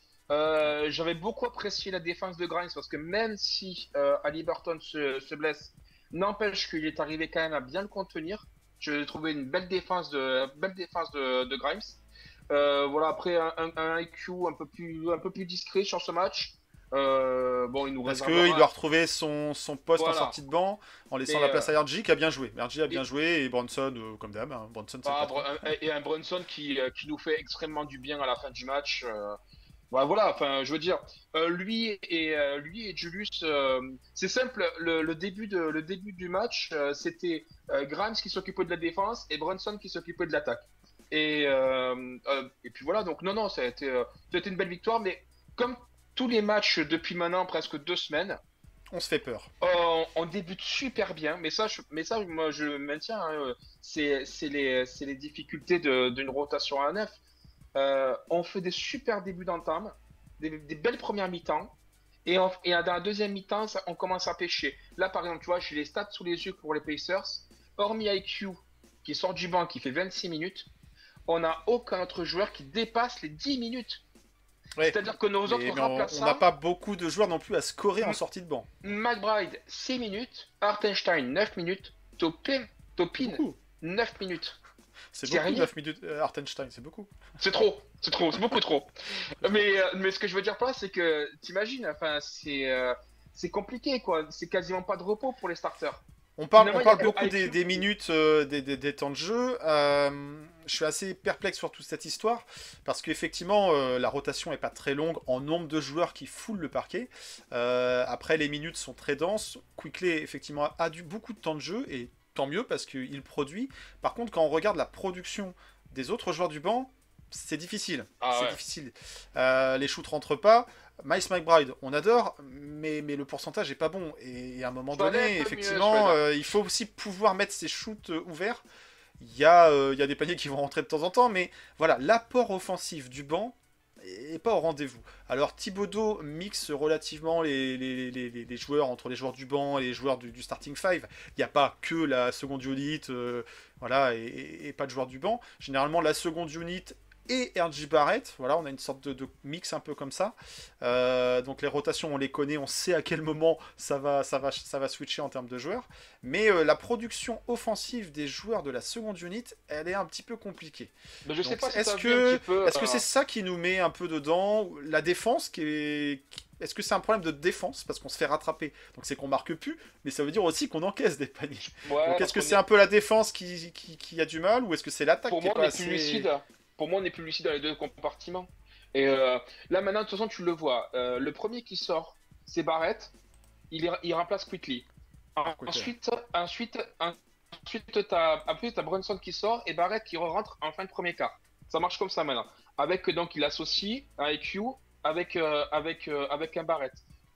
Euh, j'avais beaucoup apprécié la défense de Grimes parce que même si euh, Haliburton se, se blesse, n'empêche qu'il est arrivé quand même à bien le contenir. J'ai trouvé une belle défense de, belle défense de, de Grimes. Euh, voilà, après un, un, un I Q un peu plus, un peu plus discret sur ce match. Euh, bon, il nous
Parce
réservera.
qu'il doit retrouver son, son poste
Voilà.
en sortie de banc en laissant
Mais,
la place
euh,
à R J qui a bien joué. R J a bien
et-
joué et Bronson, euh, comme d'hab, hein, Bronson c'est
Ah,
pas trop.
Br- un- et un Brunson qui, euh, qui nous fait extrêmement du bien à la fin du match. Euh, ouais, voilà, enfin, je veux dire, euh, lui et euh, lui et Julius, euh, c'est simple. Le, le début de le début du match, euh, c'était euh, Grimes qui s'occupait de la défense et Brunson qui s'occupait de l'attaque. Et euh, euh, et puis voilà, donc non, non, ça a été euh, ça a été une belle victoire, mais comme tous les matchs depuis maintenant presque deux semaines.
On se fait peur.
On, on débute super bien, mais ça, je, mais ça, moi, je maintiens. Hein, c'est, c'est les, c'est les difficultés de- d'une rotation à neuf. Euh, on fait des super débuts d'entame, des, des belles premières mi-temps, et, on- et dans la deuxième mi-temps, ça- on commence à pêcher. Là, par exemple, tu vois, j'ai les stats sous les yeux pour les Pacers. Hormis I Q, qui sort du banc, qui fait vingt-six minutes, on n'a aucun autre joueur qui dépasse les dix minutes.
Ouais.
C'est-à-dire que nos
Mais-
autres
mais on on
remplaçants.
n'a pas beaucoup de joueurs non plus à scorer en
Mm.
sortie de banc.
McBride, six minutes. Hartenstein, neuf minutes. Topin, Topin,
Beaucoup.
neuf minutes.
C'est
C'est
beaucoup,
rien.
neuf minutes. euh, Hartenstein, c'est beaucoup.
C'est trop, c'est trop, c'est beaucoup trop. Mais, euh, mais ce que je veux dire par là, c'est que t'imagines, enfin, c'est euh, c'est compliqué, quoi. C'est quasiment pas de repos pour les starters.
On parle,
Finalement,
on
il y
parle
a que
beaucoup
I Q.
des, des minutes, euh, des, des- des temps de jeu. Euh, je suis assez perplexe sur toute cette histoire parce qu'effectivement, euh, la rotation est pas très longue en nombre de joueurs qui foulent le parquet. Euh, après, les minutes sont très denses. Quickley, effectivement, a du, beaucoup de temps de jeu et tant mieux parce qu'il produit. Par contre, quand on regarde la production des autres joueurs du banc, c'est difficile.
Ah
c'est
ouais.
difficile. Euh, les shoots rentrent pas. Miles McBride, on adore, mais, mais le pourcentage est pas bon. Et à un moment
Je parlais un peu
donné,
mieux,
effectivement,
Schroeder.
euh, il faut aussi pouvoir mettre ses shoots euh, ouverts. Il y, a, euh, il y a des paniers qui vont rentrer de temps en temps, mais voilà, l'apport offensif du banc est pas au rendez-vous. Alors Thibodeau mixe relativement les, les, les, les- les joueurs entre les joueurs du banc et les joueurs du, du starting five. Il n'y a pas que la seconde unit, euh, voilà, et, et- et pas de joueurs du banc. Généralement, la seconde unit et R J Barrett, voilà, on a une sorte de, de mix un peu comme ça. Euh, donc les rotations, on les connaît, on sait à quel moment ça va, ça va, ça va switcher en termes de joueurs. Mais euh, la production offensive des joueurs de la seconde unit, elle est un petit peu compliquée.
Mais je sais
Donc,
pas si
est-ce
ça
que,
vient un petit peu.
est-ce que
euh,
c'est ça qui nous met un peu dedans? La défense qui est... qui- Est-ce que c'est un problème de défense parce qu'on se fait rattraper? Donc c'est qu'on marque plus, mais ça veut dire aussi qu'on encaisse des paniers.
ouais,
Donc
parce
est-ce que
qu'on
c'est un peu la défense qui, qui, qui a du mal ou est-ce que c'est l'attaque
Pour
qui est
moi, on
pas
est plus
assez...
lucide. Pour moi, on est plus lucide dans les deux compartiments. Et euh, là, maintenant, de toute façon, tu le vois. Euh, le premier qui sort, c'est Barrett. Il, est- il remplace Quickly.
Ah, Quickly.
Ensuite, ensuite, ensuite, t'as, après, t'as Brunson qui sort et Barrett qui rentre en fin de premier quart. Ça marche comme ça maintenant. Avec donc, il associe un I Q avec euh, avec euh, avec un Barrett.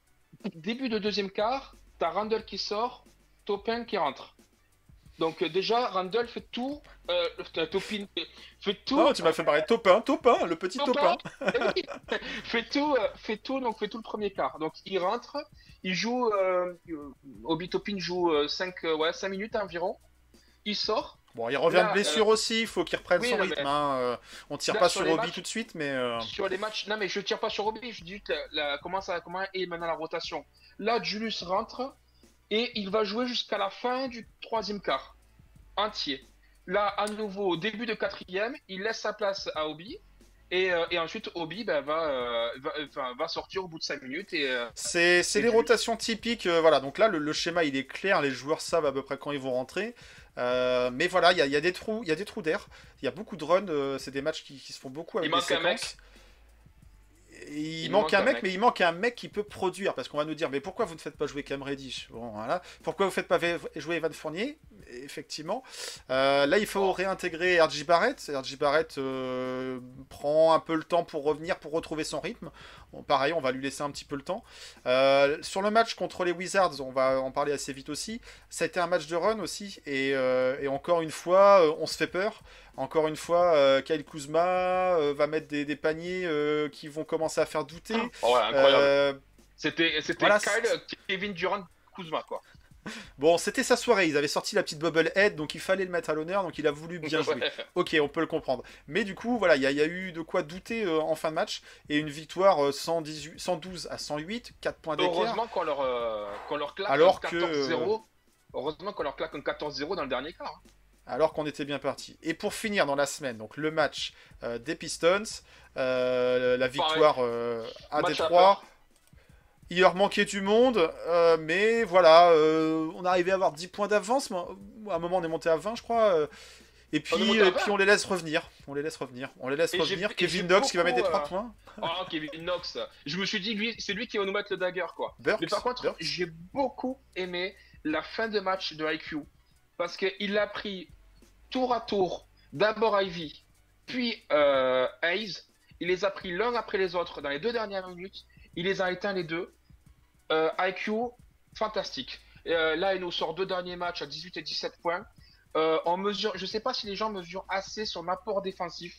Début de deuxième quart, t'as Randall qui sort, Topin qui rentre. Donc euh, déjà, Randall fait tout, euh, euh, Topin fait- fait tout.
Oh, tu m'as fait parler Topin, Topin, le petit Topin.
Eh oui. fait tout, euh, fait tout, donc fait tout le premier quart. Donc il rentre, il joue, euh, euh, Obi Topin joue cinq ouais, cinq minutes environ. Il sort.
Bon, il revient
Là,
de blessure aussi, il faut qu'il reprenne
oui,
son
non,
rythme.
mais-
Hein. euh, On tire
Là,
pas
sur
sur
les
Obi
matchs-
tout de suite, mais... euh,
Sur les matchs, non mais je tire pas sur Obi, je dis la- la- comment ça, comment est maintenant la rotation. Là, Julius rentre et il va jouer jusqu'à la fin du troisième quart entier. Là, à nouveau, au début de quatrième, il laisse sa place à Obi et, euh, et ensuite Obi ben, va, euh, va, enfin, va sortir au bout de cinq minutes et euh,
C'est c'est
Et
les
puis-
rotations typiques. euh, voilà, donc là, le, le schéma, il est clair. Les joueurs savent à peu près quand ils vont rentrer. Euh, mais voilà, il y a, il y a des trous, il y a des trous d'air. Il y a beaucoup de runs. euh, c'est des matchs qui, qui se font beaucoup avec
Il manque
des
un mec.
séquences. Il, manque un mec, mais il manque un mec qui peut produire. Parce qu'on va nous dire, mais pourquoi vous ne faites pas jouer Cam Reddish? Bon, voilà. Pourquoi vous ne faites pas jouer Evan Fournier? effectivement. Euh, là, il faut réintégrer R J Barrett. R J Barrett euh, prend un peu le temps pour revenir, pour retrouver son rythme. Bon, pareil, on va lui laisser un petit peu le temps. Euh, sur le match contre les Wizards, on va en parler assez vite aussi. Ça a été un match de run aussi. Et, euh, et encore une fois, euh, on se fait peur. Encore une fois, euh, Kyle Kuzma euh, va mettre des, des paniers euh, qui vont commencer à faire douter.
Oh ouais, incroyable.
Euh,
C'était c'était
voilà,
Kyle,
c'est-
Kevin Durant, Kuzma, quoi.
Bon, c'était sa soirée, ils avaient sorti la petite bubble head, donc il fallait le mettre à l'honneur, donc il a voulu bien jouer.
Ouais.
Ok, on peut le comprendre. Mais du coup, voilà, il y, a- il y a eu de quoi douter euh, en fin de match, et une victoire euh, cent dix-huit, cent douze à cent huit, quatre points d'écart.
Heureusement qu'on leur, euh, qu'on leur claque
Alors
un
que,
quatorze zéro. Heureusement qu'on leur claque un quatorze zéro dans le dernier quart. hein.
Alors qu'on était bien parti. Et pour finir dans la semaine, donc le match euh, des Pistons, euh, la victoire euh, à
Match à
Détroit.
part.
Il leur manquait du monde, euh, mais voilà, euh, on arrivait à avoir dix points d'avance. mais À un moment, on est monté à vingt, je crois. euh, Et puis,
On est monté à
et
vingt.
puis on les laisse revenir. On les laisse revenir. On les laisse
Et j'ai-
revenir.
et
Kevin
j'ai
Knox qui va mettre des
beaucoup,
trois
euh,
points.
Oh, Kevin Knox. Je me suis dit, lui, c'est lui qui va nous mettre le dagger, quoi.
Burks,
Mais par contre,
Burks.
j'ai beaucoup aimé la fin de match de I Q. Parce qu'il a pris tour à tour, d'abord Ivy, puis euh, Hayes. Il les a pris l'un après les autres dans les deux dernières minutes. Il les a éteints les deux. Euh, I Q, fantastique. Euh, là, il nous sort deux derniers matchs à dix-huit et dix-sept points. Euh, en mesure, je ne sais pas si les gens mesurent assez son apport défensif.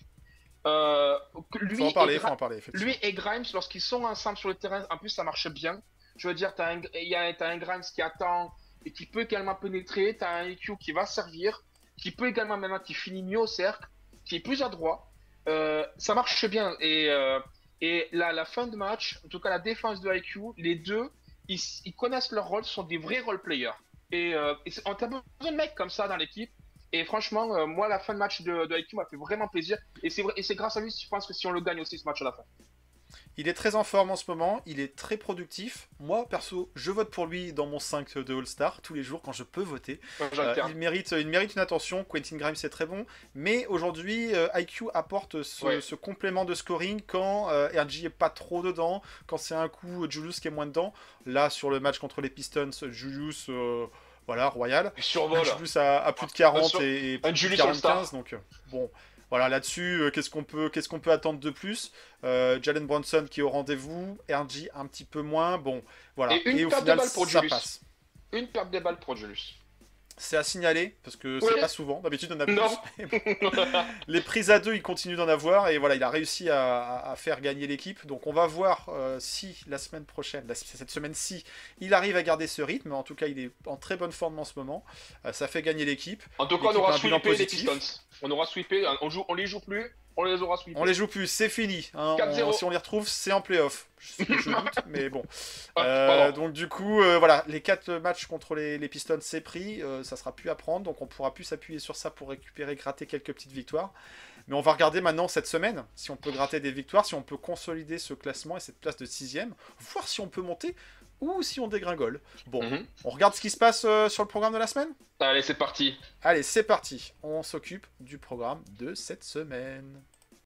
Euh, lui,
Faut en parler,
et
faut
Gra-
en parler, effectivement.
lui et Grimes, lorsqu'ils sont ensemble sur le terrain, en plus, ça marche bien. Je veux dire, tu as un, il y a, t'as un Grimes qui attend et qui peut également pénétrer. Tu as un I Q qui va servir, qui peut également maintenant, qui finit mieux au cercle, qui est plus adroit. Euh, ça marche bien. Et, euh, et la, la fin de match, en tout cas la défense de I Q, les deux, ils, ils connaissent leur rôle, ce sont des vrais role players. Et, euh, et c'est- on a besoin de mecs comme ça dans l'équipe. Et franchement, euh, moi, la fin de match de, de I Q m'a fait vraiment plaisir. Et c'est vrai, et c'est grâce à lui, je pense que si on le gagne aussi ce match à la fin.
Il est très en forme en ce moment, il est très productif. Moi, perso, je vote pour lui dans mon cinq de All-Star tous les jours quand je peux voter.
Enfin,
Euh,
j'alterne.
il, mérite, il mérite une attention. Quentin Grimes, c'est très bon. Mais aujourd'hui, euh, I Q apporte ce,
Ouais.
ce complément de scoring quand euh, R J est pas trop dedans, quand c'est un coup Julius qui est moins dedans. Là, sur le match contre les Pistons, Julius, euh, voilà, royal.
Il survole.
Julius a, a plus de quarante
sur-
et, et
un
plus de
Julius
quarante-quinze.
All-Star.
Donc, euh, bon. Voilà, là-dessus, euh, qu'est-ce qu'on peut, qu'est-ce qu'on peut attendre de plus euh, Jalen Brunson qui est au rendez-vous, R J un petit peu moins. Bon, voilà.
Et une
au
perte de
final,
balle pour
ça
Julius.
passe.
Une perte des balles pour Julius.
C'est à signaler, parce que c'est
Ouais.
pas souvent. D'habitude, on en a plus.
Non.
Mais bon. Les prises à deux, il continue d'en avoir. Et voilà, il a réussi à, à- à faire gagner l'équipe. Donc, on va voir euh, si la semaine prochaine, la- cette semaine-ci, il arrive à garder ce rythme. En tout cas, il est en très bonne forme en ce moment. Euh, ça fait gagner l'équipe.
En tout cas, on
L'équipe a
aura
un bilan
sweepé les
positif.
Pistons. On aura sweepé, on, joue, on les joue plus, on les aura sweepés.
On les joue plus, c'est fini. hein.
quatre zéro.
On- si on les retrouve, c'est en playoff. Je, je doute, mais bon.
Ah,
Euh,
pardon.
donc du coup, euh, voilà, les quatre matchs contre les, les Pistons, c'est pris. Euh, ça sera plus à prendre, donc on pourra plus s'appuyer sur ça pour récupérer, gratter quelques petites victoires. Mais on va regarder maintenant cette semaine si on peut gratter des victoires, si on peut consolider ce classement et cette place de sixième, voir si on peut monter ou si on dégringole. Bon,
Mhm.
on regarde ce qui se passe euh, sur le programme de la semaine.
Allez, c'est parti.
Allez, c'est parti. On s'occupe du programme de cette semaine.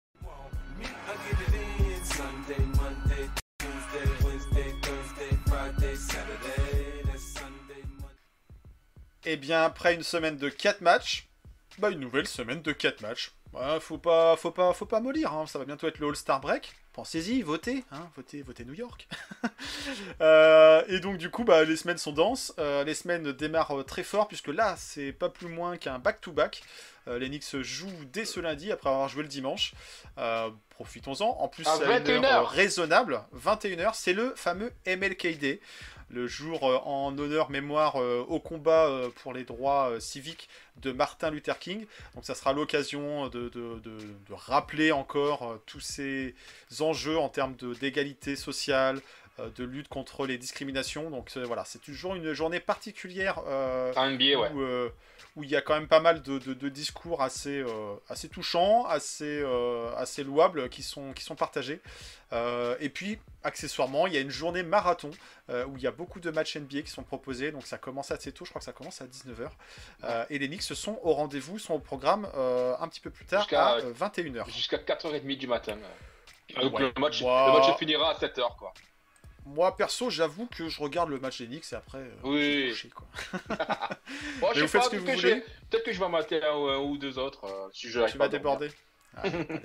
I get it in Sunday, Monday, Tuesday, Wednesday, Thursday, Friday, Saturday, that's Sunday, Monday.
Et bien, après une semaine de quatre matchs, bah une nouvelle semaine de quatre matchs. Ouais, faut pas, faut pas, faut pas mollir, hein. Ça va bientôt être le All-Star Break. Pensez-y, votez, hein, votez, votez New York. Euh, et donc du coup, bah, les semaines sont denses. Euh, les semaines démarrent euh, très fort puisque là, c'est pas plus moins qu'un back-to-back. Euh, les Knicks jouent dès ce lundi après avoir joué le dimanche. Euh, profitons-en. En plus,
À
à une
vingt et une
heure,
heures.
euh, raisonnable, vingt et une heures, c'est le fameux M L K Day. Le jour euh, en honneur mémoire euh, au combat euh, pour les droits euh, civiques de Martin Luther King. Donc ça sera l'occasion de, de, de, de rappeler encore euh, tous ces enjeux en termes de- d'égalité sociale, euh, de lutte contre les discriminations. Donc euh, voilà, c'est toujours une journée particulière euh,
En N B A, ouais.
où, euh, où il y a quand même pas mal de, de- de discours assez, euh, assez touchants, assez, euh, assez louables qui sont, qui sont partagés. Euh, et puis, accessoirement, il y a une journée marathon euh, où il y a beaucoup de matchs N B A qui sont proposés. Donc ça commence assez tôt, je crois que ça commence à dix-neuf heures. Euh, et les Knicks sont au rendez-vous, sont au programme euh, un petit peu plus tard
Jusqu'à-
à euh, vingt et une heures.
Jusqu'à quatre heures trente du matin. Donc
Ouais.
le, match,
Wow.
le match finira à sept heures, quoi.
Moi, perso, j'avoue que je regarde le match des Knicks et après, euh,
Oui.
je vais coucher, quoi.
Bon,
Mais
je
vous
sais
faites
pas,
ce que
peut-être
vous
que, je
voulez.
vais... peut-être que je vais mater un, ou un ou deux autres euh, si je n'arrive
Tu
pas
vas
à dormir.
déborder. Allez, allez.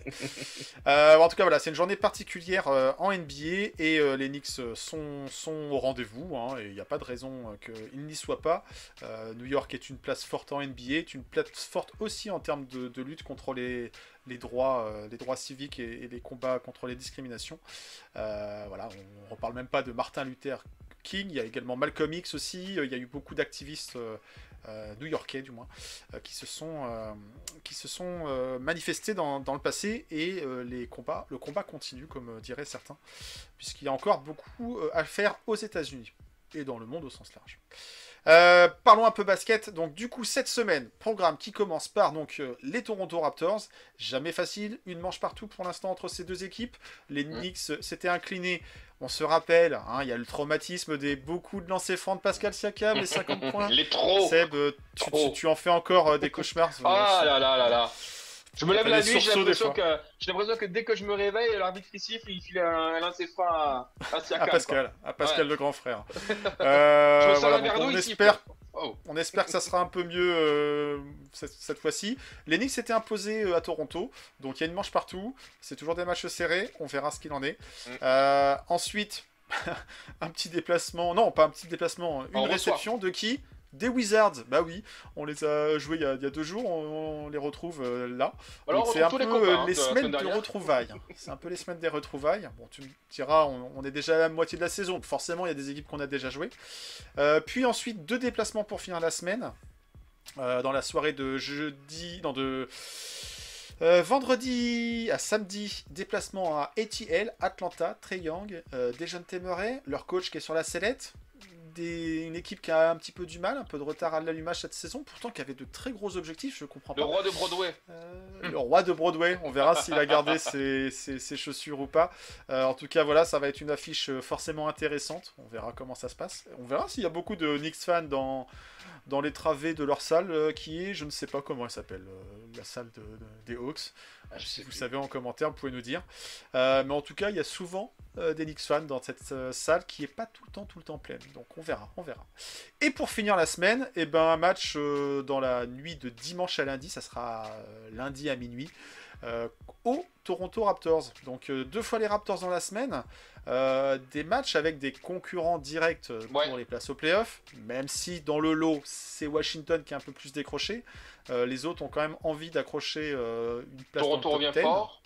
Euh, en tout cas, voilà, c'est une journée particulière euh, en N B A et euh, les Knicks euh, sont, sont au rendez-vous. Hein, et il n'y a pas de raison euh, qu'ils n'y soient pas. Euh, New York est une place forte en N B A, est une place forte aussi en termes de, de lutte contre les, les, droits, euh, les droits civiques et, et les combats contre les discriminations. Euh, voilà, on ne reparle même pas de Martin Luther King. Il y a également Malcolm X aussi. Il y a eu beaucoup d'activistes. Euh, Euh, new-yorkais du moins, euh, qui se sont, euh, qui se sont euh, manifestés dans, dans le passé et euh, les combats, le combat continue comme euh, diraient certains, puisqu'il y a encore beaucoup euh, à faire aux États-Unis et dans le monde au sens large. Euh, parlons un peu basket. Donc du coup cette semaine, programme qui commence par donc euh, les Toronto Raptors. Jamais facile, une manche partout pour l'instant entre ces deux équipes. Les Knicks mmh. s'étaient inclinés. On se rappelle, hein, il y a le traumatisme des beaucoup de lancers francs de Pascal Siakam, les cinquante points.
Les trop.
Seb, euh, tu, tu, tu en fais encore euh, des cauchemars.
Ah là là là là. Je me lève la nuit, j'ai l'impression que, j'ai l'impression que dès que je me réveille, l'arbitre il siffle, il file un, un lancer franc à, à Siakam.
À Pascal,
quoi.
à Pascal
ouais.
le grand frère. Euh,
je me sens
voilà,
la verre d'eau
on
ici.
espère,
oh.
on espère que ça sera un peu mieux euh, cette, cette fois-ci. Les Knicks s'étaient imposés euh, à Toronto, donc il y a une manche partout. C'est toujours des matchs serrés, on verra ce qu'il en est. Mm. Euh, ensuite, un petit déplacement, non pas un petit déplacement, une
on
réception
reçoit.
de qui ? Des Wizards, bah oui, on les a joués il y a, il y a deux jours, on, on les retrouve euh, là.
Alors,
c'est un peu
les,
copains,
euh,
les
de
semaines de
dernière.
retrouvailles. C'est un peu les semaines des retrouvailles. Bon, tu me diras, on, on est déjà à la moitié de la saison, donc forcément il y a des équipes qu'on a déjà jouées. Euh, puis ensuite, deux déplacements pour finir la semaine. Euh, dans la soirée de jeudi, non de... Euh, vendredi à samedi, déplacement à A T L, Atlanta, Trae Young, euh, Dejounte Murray, leur coach qui est sur la sellette. Des, une équipe qui a un petit peu du mal, un peu de retard à l'allumage cette saison, pourtant qui avait de très gros objectifs, je comprends pas.
Le roi de Broadway.
Euh, le roi de Broadway, on verra s'il a gardé ses, ses, ses chaussures ou pas. Euh, en tout cas, voilà, ça va être une affiche forcément intéressante. On verra comment ça se passe. On verra s'il y a beaucoup de Knicks fans dans, dans les travées de leur salle, euh, qui est, je ne sais pas comment elle s'appelle, euh, la salle de, de, des Hawks. Ah, si vous plus. savez en commentaire, vous pouvez nous dire. Euh, mais en tout cas, il y a souvent euh, des Knicks fans dans cette euh, salle qui est pas tout le temps, tout le temps pleine. Donc on verra, on verra. Et pour finir la semaine, eh ben, un match euh, dans la nuit de dimanche à lundi, ça sera euh, lundi à minuit, euh, au Toronto Raptors. Donc euh, deux fois les Raptors dans la semaine. Euh, des matchs avec des concurrents directs pour ouais. les places aux playoffs, même si dans le lot c'est Washington qui est un peu plus décroché. Euh, les autres ont quand même envie d'accrocher euh, une place.
Toronto
dans le top
revient
dix.
fort.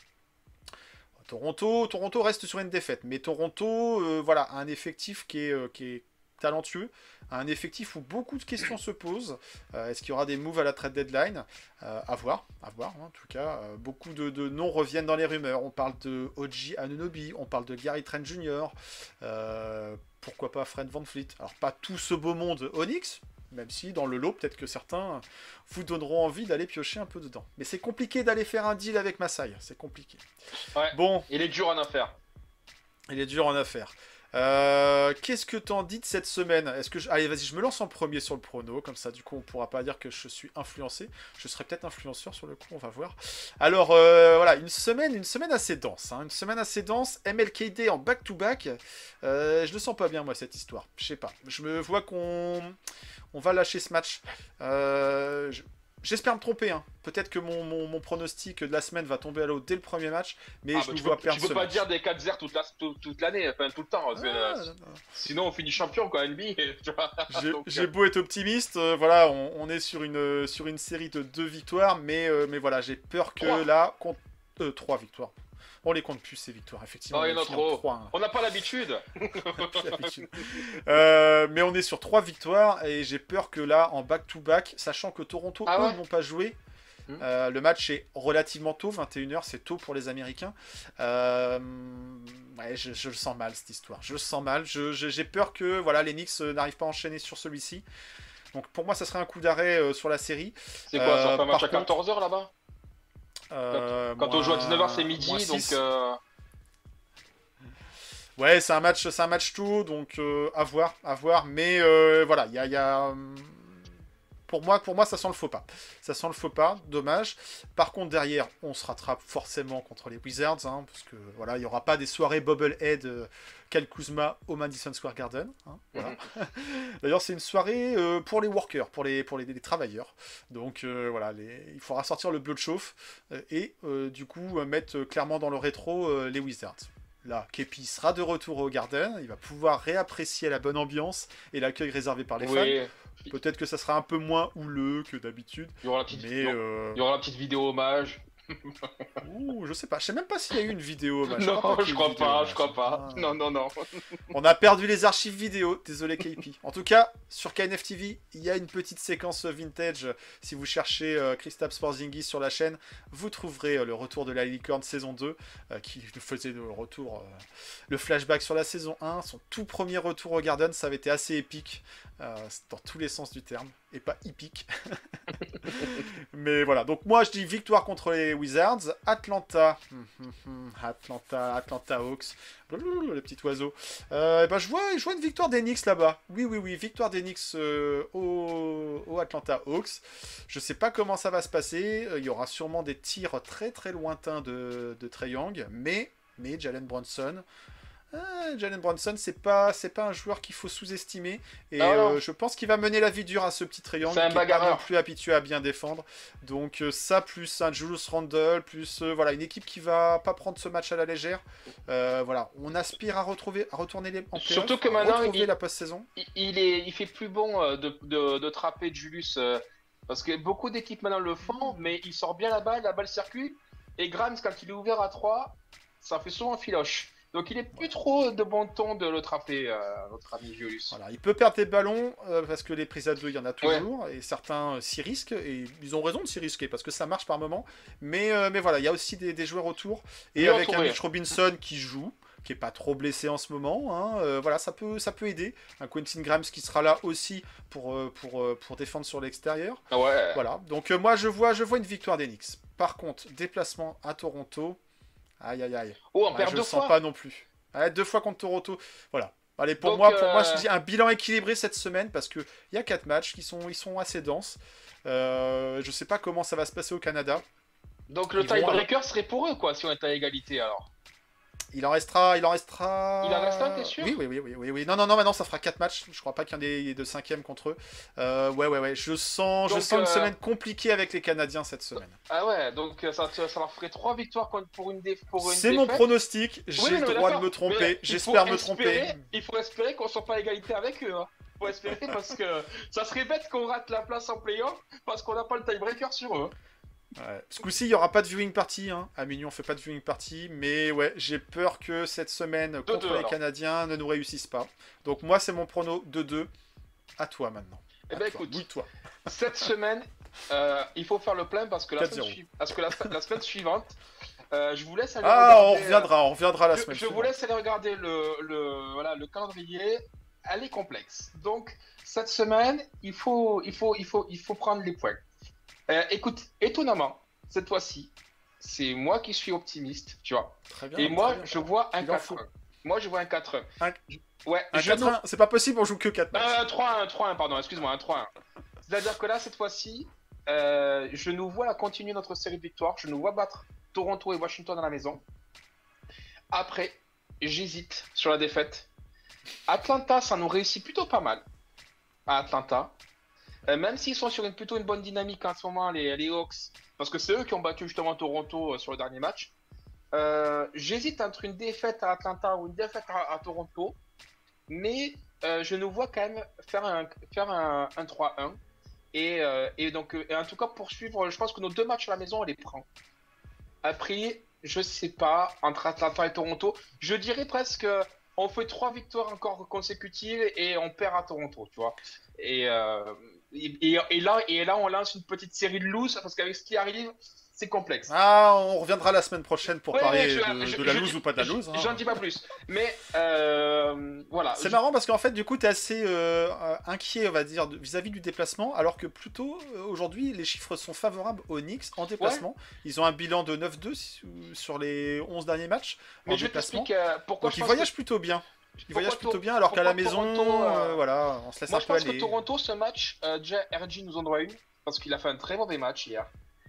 Toronto, Toronto reste sur une défaite, mais Toronto, euh, voilà, a un effectif qui est, euh, qui est talentueux, un effectif où beaucoup de questions se posent. Euh, est-ce qu'il y aura des moves à la trade deadline? euh, À voir, à voir. Hein, en tout cas, euh, beaucoup de, de noms reviennent dans les rumeurs. On parle de O G Anunoby, on parle de Gary Trent junior Euh, pourquoi pas Fred VanVleet? Alors pas tout ce beau monde Onyx, même si dans le lot, peut-être que certains vous donneront envie d'aller piocher un peu dedans. Mais c'est compliqué d'aller faire un deal avec Masai, c'est compliqué.
Ouais,
bon,
il est dur en affaire.
Il est dur en affaire. Euh, Qu'est-ce que t'en dis de cette semaine? Est-ce que je... Allez, vas-y, je me lance en premier sur le prono, comme ça, du coup, on pourra pas dire que je suis influencé. Je serai peut-être influenceur sur le coup, on va voir. Alors, euh, voilà, une semaine, une semaine assez dense, hein, une semaine assez dense. M L K D en back-to-back. Euh, je le sens pas bien, moi, cette histoire. Je sais pas. Je me vois qu'on on va lâcher ce match. Euh, je... J'espère me tromper, hein. Peut-être que mon, mon, mon pronostic de la semaine va tomber à l'eau dès le premier match, mais
ah
je
bah
nous
tu
vois
peux,
perdre
tu peux
ce
pas
match.
dire des quatre zéro toute la, toute, toute l'année, enfin tout le temps. Parce que,
Ah,
euh,
non, non.
Sinon on finit champion quoi, N B A.
J'ai beau être optimiste, euh, voilà, on, on est sur une, sur une série de deux victoires, mais, euh, mais voilà, j'ai peur que trois. là, compte, euh, trois victoires. On les compte plus ces victoires, effectivement.
Oh, il y en a trop.
trois, hein.
On n'a pas l'habitude.
euh, mais on est sur trois victoires et j'ai peur que là, en back-to-back, sachant que Toronto, ah, eux, ouais. n'ont pas joué. Euh, le match est relativement tôt, vingt et une heures, c'est tôt pour les Américains. Euh, ouais, je, je le sens mal cette histoire. Je le sens mal. Je, je, j'ai peur que voilà, les Knicks euh, n'arrivent pas à enchaîner sur celui-ci. Donc pour moi, ça serait un coup d'arrêt euh, sur la série.
C'est quoi, euh, ça fait un match à quatorze heures là-bas
euh,
Quand, quand on joue à dix-neuf heures, c'est midi, donc. Euh...
Ouais, c'est un match, c'est un match tôt, donc euh, à voir, à voir. Mais euh, voilà, il y a. Y a pour moi, pour moi, ça sent le faux pas. Ça sent le faux pas, dommage. Par contre, derrière, on se rattrape forcément contre les Wizards, hein, parce que voilà, il n'y aura pas des soirées Bubblehead euh, Kyle Kuzma au Madison Square Garden. Hein, voilà. D'ailleurs, c'est une soirée euh, pour les workers, pour les, pour les, les travailleurs. Donc euh, voilà, les, il faudra sortir le bleu de chauffe euh, et euh, du coup euh, mettre euh, clairement dans le rétro euh, les Wizards. Là, Kepi sera de retour au Garden, il va pouvoir réapprécier la bonne ambiance et l'accueil réservé par les
Oui.
fans. Peut-être que ça sera un peu moins houleux que d'habitude,
Il y aura la petite,
mais euh...
il y aura la petite vidéo hommage.
Ouh, je sais pas, je sais même pas s'il y a eu une vidéo hommage.
Non,
crois pas qu'il
je
y ait eu
crois
une vidéo
pas,
hommage.
je crois pas.
Ah.
Non, non, non.
On a perdu les archives vidéo, désolé K P. En tout cas, sur K N F T V, il y a une petite séquence vintage. Si vous cherchez euh, Kristaps Porzingis sur la chaîne, vous trouverez euh, le retour de la Licorne saison deux, euh, qui nous faisait le retour, euh, le flashback sur la saison un. Son tout premier retour au Garden, ça avait été assez épique, euh, dans tous les sens du terme, et pas hippique. Mais voilà, donc moi je dis victoire contre les Wizards. Atlanta, Atlanta, Atlanta Hawks, le petit oiseau. Euh, ben je vois, je vois une victoire des Knicks là-bas. Oui, oui, oui, victoire des Knicks euh, au, au Atlanta Hawks. Je sais pas comment ça va se passer. Il y aura sûrement des tirs très très lointains de, de Trae Young, mais, mais Jalen Brunson. Ah, Jalen Brunson, c'est pas, c'est pas un joueur qu'il faut sous-estimer. Et
Ah
euh, je pense qu'il va mener la vie dure à ce petit triangle
C'est un
qui n'est pas
bagarreur.
non plus habitué à bien défendre. Donc euh, ça, plus un Julius Randle, plus euh, voilà, une équipe qui va pas prendre ce match à la légère. Euh, voilà, on aspire à retrouver, à retourner les, en playoff,
Surtout que
à
maintenant,
retrouver
il-
la post-saison.
Il, il est, il fait plus bon euh, de, de, de trapper Julius euh, parce que beaucoup d'équipes maintenant le font, mais il sort bien la balle, la balle circule. Et Grimes, quand il est ouvert à trois, ça fait souvent un filoche. Donc il est plus trop de bon ton de le trapper, euh, notre ami Julius.
Voilà, il peut perdre des ballons euh, parce que les prises à deux, il y en a toujours, et certains euh, s'y risquent, et ils ont raison de s'y risquer parce que ça marche par moment. Mais, euh, mais voilà, il y a aussi des, des joueurs autour, et
Bien
avec un
entouré.
Mitch Robinson qui joue, qui est pas trop blessé en ce moment, hein, euh, voilà, ça peut, ça peut aider. Un Quentin Grimes qui sera là aussi pour, euh, pour, euh, pour défendre sur l'extérieur.
Ah ouais.
Voilà, donc euh, moi je vois, je vois une victoire des Knicks. Par contre, déplacement à Toronto, aïe aïe aïe.
Oh, on
Ouais,
perd
je
deux
le sens
fois.
pas non plus. Ouais, deux fois contre Toronto. Voilà. Allez, pour
Donc,
moi, pour moi,
euh,
je dis un bilan équilibré cette semaine parce que il y a quatre matchs qui sont, ils sont assez denses. Euh, je sais pas comment ça va se passer au Canada.
Donc le
Ils vont
tiebreaker serait pour eux, quoi, si on était à égalité alors.
Il en restera, il en restera.
Il en reste un, t'es sûr?
Oui, oui, oui, oui, oui, oui. Non, non, non. Maintenant, ça fera quatre matchs. Je crois pas qu'il y en ait de cinquième contre eux. Euh, ouais, ouais, ouais. Je sens, je
Donc,
sens une
euh,
semaine compliquée avec les Canadiens cette semaine.
Ah ouais, donc euh, ça, ça leur ferait trois victoires contre- pour une, dé... pour une
C'est mon
défaite.
pronostic. J'ai
Oui,
le
non, mais
droit de
d'accord.
me tromper.
Mais il
J'espère
faut
me
espérer-
tromper.
Il faut espérer qu'on soit pas à égalité avec eux. Hein. Il faut espérer parce que ça serait bête qu'on rate la place en playoff parce qu'on n'a pas le tiebreaker sur eux.
Ouais. Ce coup-ci, il n'y aura pas de viewing party. Hein. À minuit, on fait pas de viewing party. Mais ouais, j'ai peur que cette semaine, contre
deux,
les
alors.
Canadiens, ne nous réussissent pas. Donc moi, c'est mon prono deux deux. À toi maintenant.
Eh
À
ben,
toi.
écoute.
Bouille-toi.
Cette semaine, euh, il faut faire le plein parce que la,
quatre
semaine,
zéro.
sui- parce que la, la semaine suivante, euh, je vous laisse aller
Ah, on
regarder,
reviendra. On reviendra la
Je,
semaine
je vous
suivante.
laisse aller regarder le, le, voilà, le calendrier. Elle est complexe. Donc, cette semaine, il faut, il faut, il faut, il faut prendre les points. Euh, écoute, étonnamment, cette fois-ci, c'est moi qui suis optimiste, tu vois.
Très bien.
Et moi,
très bien.
je vois un
Il en
quatre
faut.
un. Moi, je vois un quatre un.
Un-
Ouais,
Un
je
quatre un, c'est pas possible, on joue que quatre matchs.
euh, trois un, trois un, pardon, excuse-moi, un trois un. C'est-à-dire que là, cette fois-ci, euh, je nous vois continuer notre série de victoires. Je nous vois battre Toronto et Washington à la maison. Après, j'hésite sur la défaite. Atlanta, ça nous réussit plutôt pas mal. À Atlanta. Euh, même s'ils sont sur une, plutôt une bonne dynamique en ce moment, les, les Hawks. Parce que c'est eux qui ont battu justement Toronto euh, sur le dernier match. Euh, j'hésite entre une défaite à Atlanta ou une défaite à, à Toronto. Mais euh, je nous vois quand même faire un, faire un, un trois un. Et, euh, et donc, euh, et en tout cas, poursuivre, je pense que nos deux matchs à la maison, on les prend. Après, je sais pas, entre Atlanta et Toronto, je dirais presque, on fait trois victoires encore consécutives et on perd à Toronto, tu vois. Et, euh, et, et- et là, et là, on lance une petite série de loose, parce qu'avec ce qui arrive, c'est complexe.
Ah, on reviendra la semaine prochaine pour
Ouais,
parler
ouais, je-
de,
je-
de la
je-
loose ou pas de la
je-
loose. hein.
J'en dis pas plus. Mais euh, voilà.
C'est
Je-
marrant parce qu'en fait, du coup, tu es assez euh, euh, inquiet, on va dire, de- vis-à-vis du déplacement, alors que plutôt, euh, aujourd'hui, les chiffres sont favorables aux Knicks en déplacement. Ils ont un bilan de neuf deux su- sur les onze derniers matchs en
Mais je
déplacement.
t'explique euh, pourquoi
Donc,
je
ils
pense
voyagent
que-
plutôt bien. ils voyagent
Pourquoi
plutôt bien, alors qu'à la
pourquoi
maison,
Toronto, euh,
euh, voilà, on se laisse
Moi,
un
je
peu
pense que
aller.
Toronto, ce match, euh, déjà, R G nous en doit une, parce qu'il a fait un très mauvais match hier.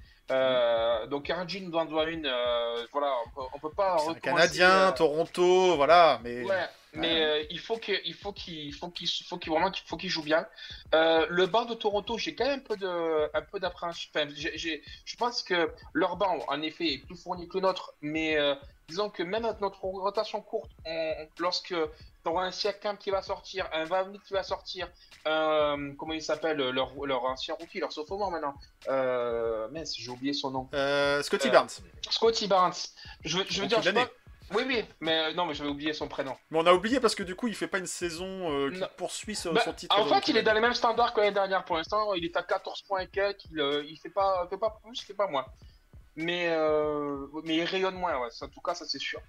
Euh, donc, R G nous en doit une, euh, voilà, on peut, on peut pas
C'est un
recommencer.
Canadien,
euh,
Toronto, voilà, mais...
Ouais, mais euh, il faut que, il faut qu'il, faut qu'il, faut qu'il vraiment, qu'il faut qu'il joue bien. Euh, le banc de Toronto, j'ai quand même un peu de, un peu d'appréhension. Enfin, j'ai, j'ai- je pense que leur banc, en effet, est plus fourni que le nôtre, mais euh, disons que même avec notre rotation courte, on- lorsque tu auras un Siakam qui va sortir, un Van Vliet qui va sortir, un, comment il s'appelle, leur, leur ancien rookie, leur sophomore maintenant, euh, mince, j'ai oublié son nom.
Euh, Scotty
Euh,
Barnes.
Scotty Barnes. Je, veux- je veux
Rookie
dire, je sais
d'année.
pas. Oui, oui, mais non, mais j'avais oublié son prénom.
Mais on a oublié parce que du coup, il fait pas une saison euh, qui
Non.
poursuit son,
Bah,
son titre.
en
de
fait,
rookie
il est dans
d'année.
les mêmes standards que l'année dernière pour l'instant. Il est à quatorze points et quelques. Il, euh, il fait pas, fait pas plus, il fait pas moins. Mais, euh, mais il rayonne moins, ouais. Ça, en tout cas, ça c'est sûr.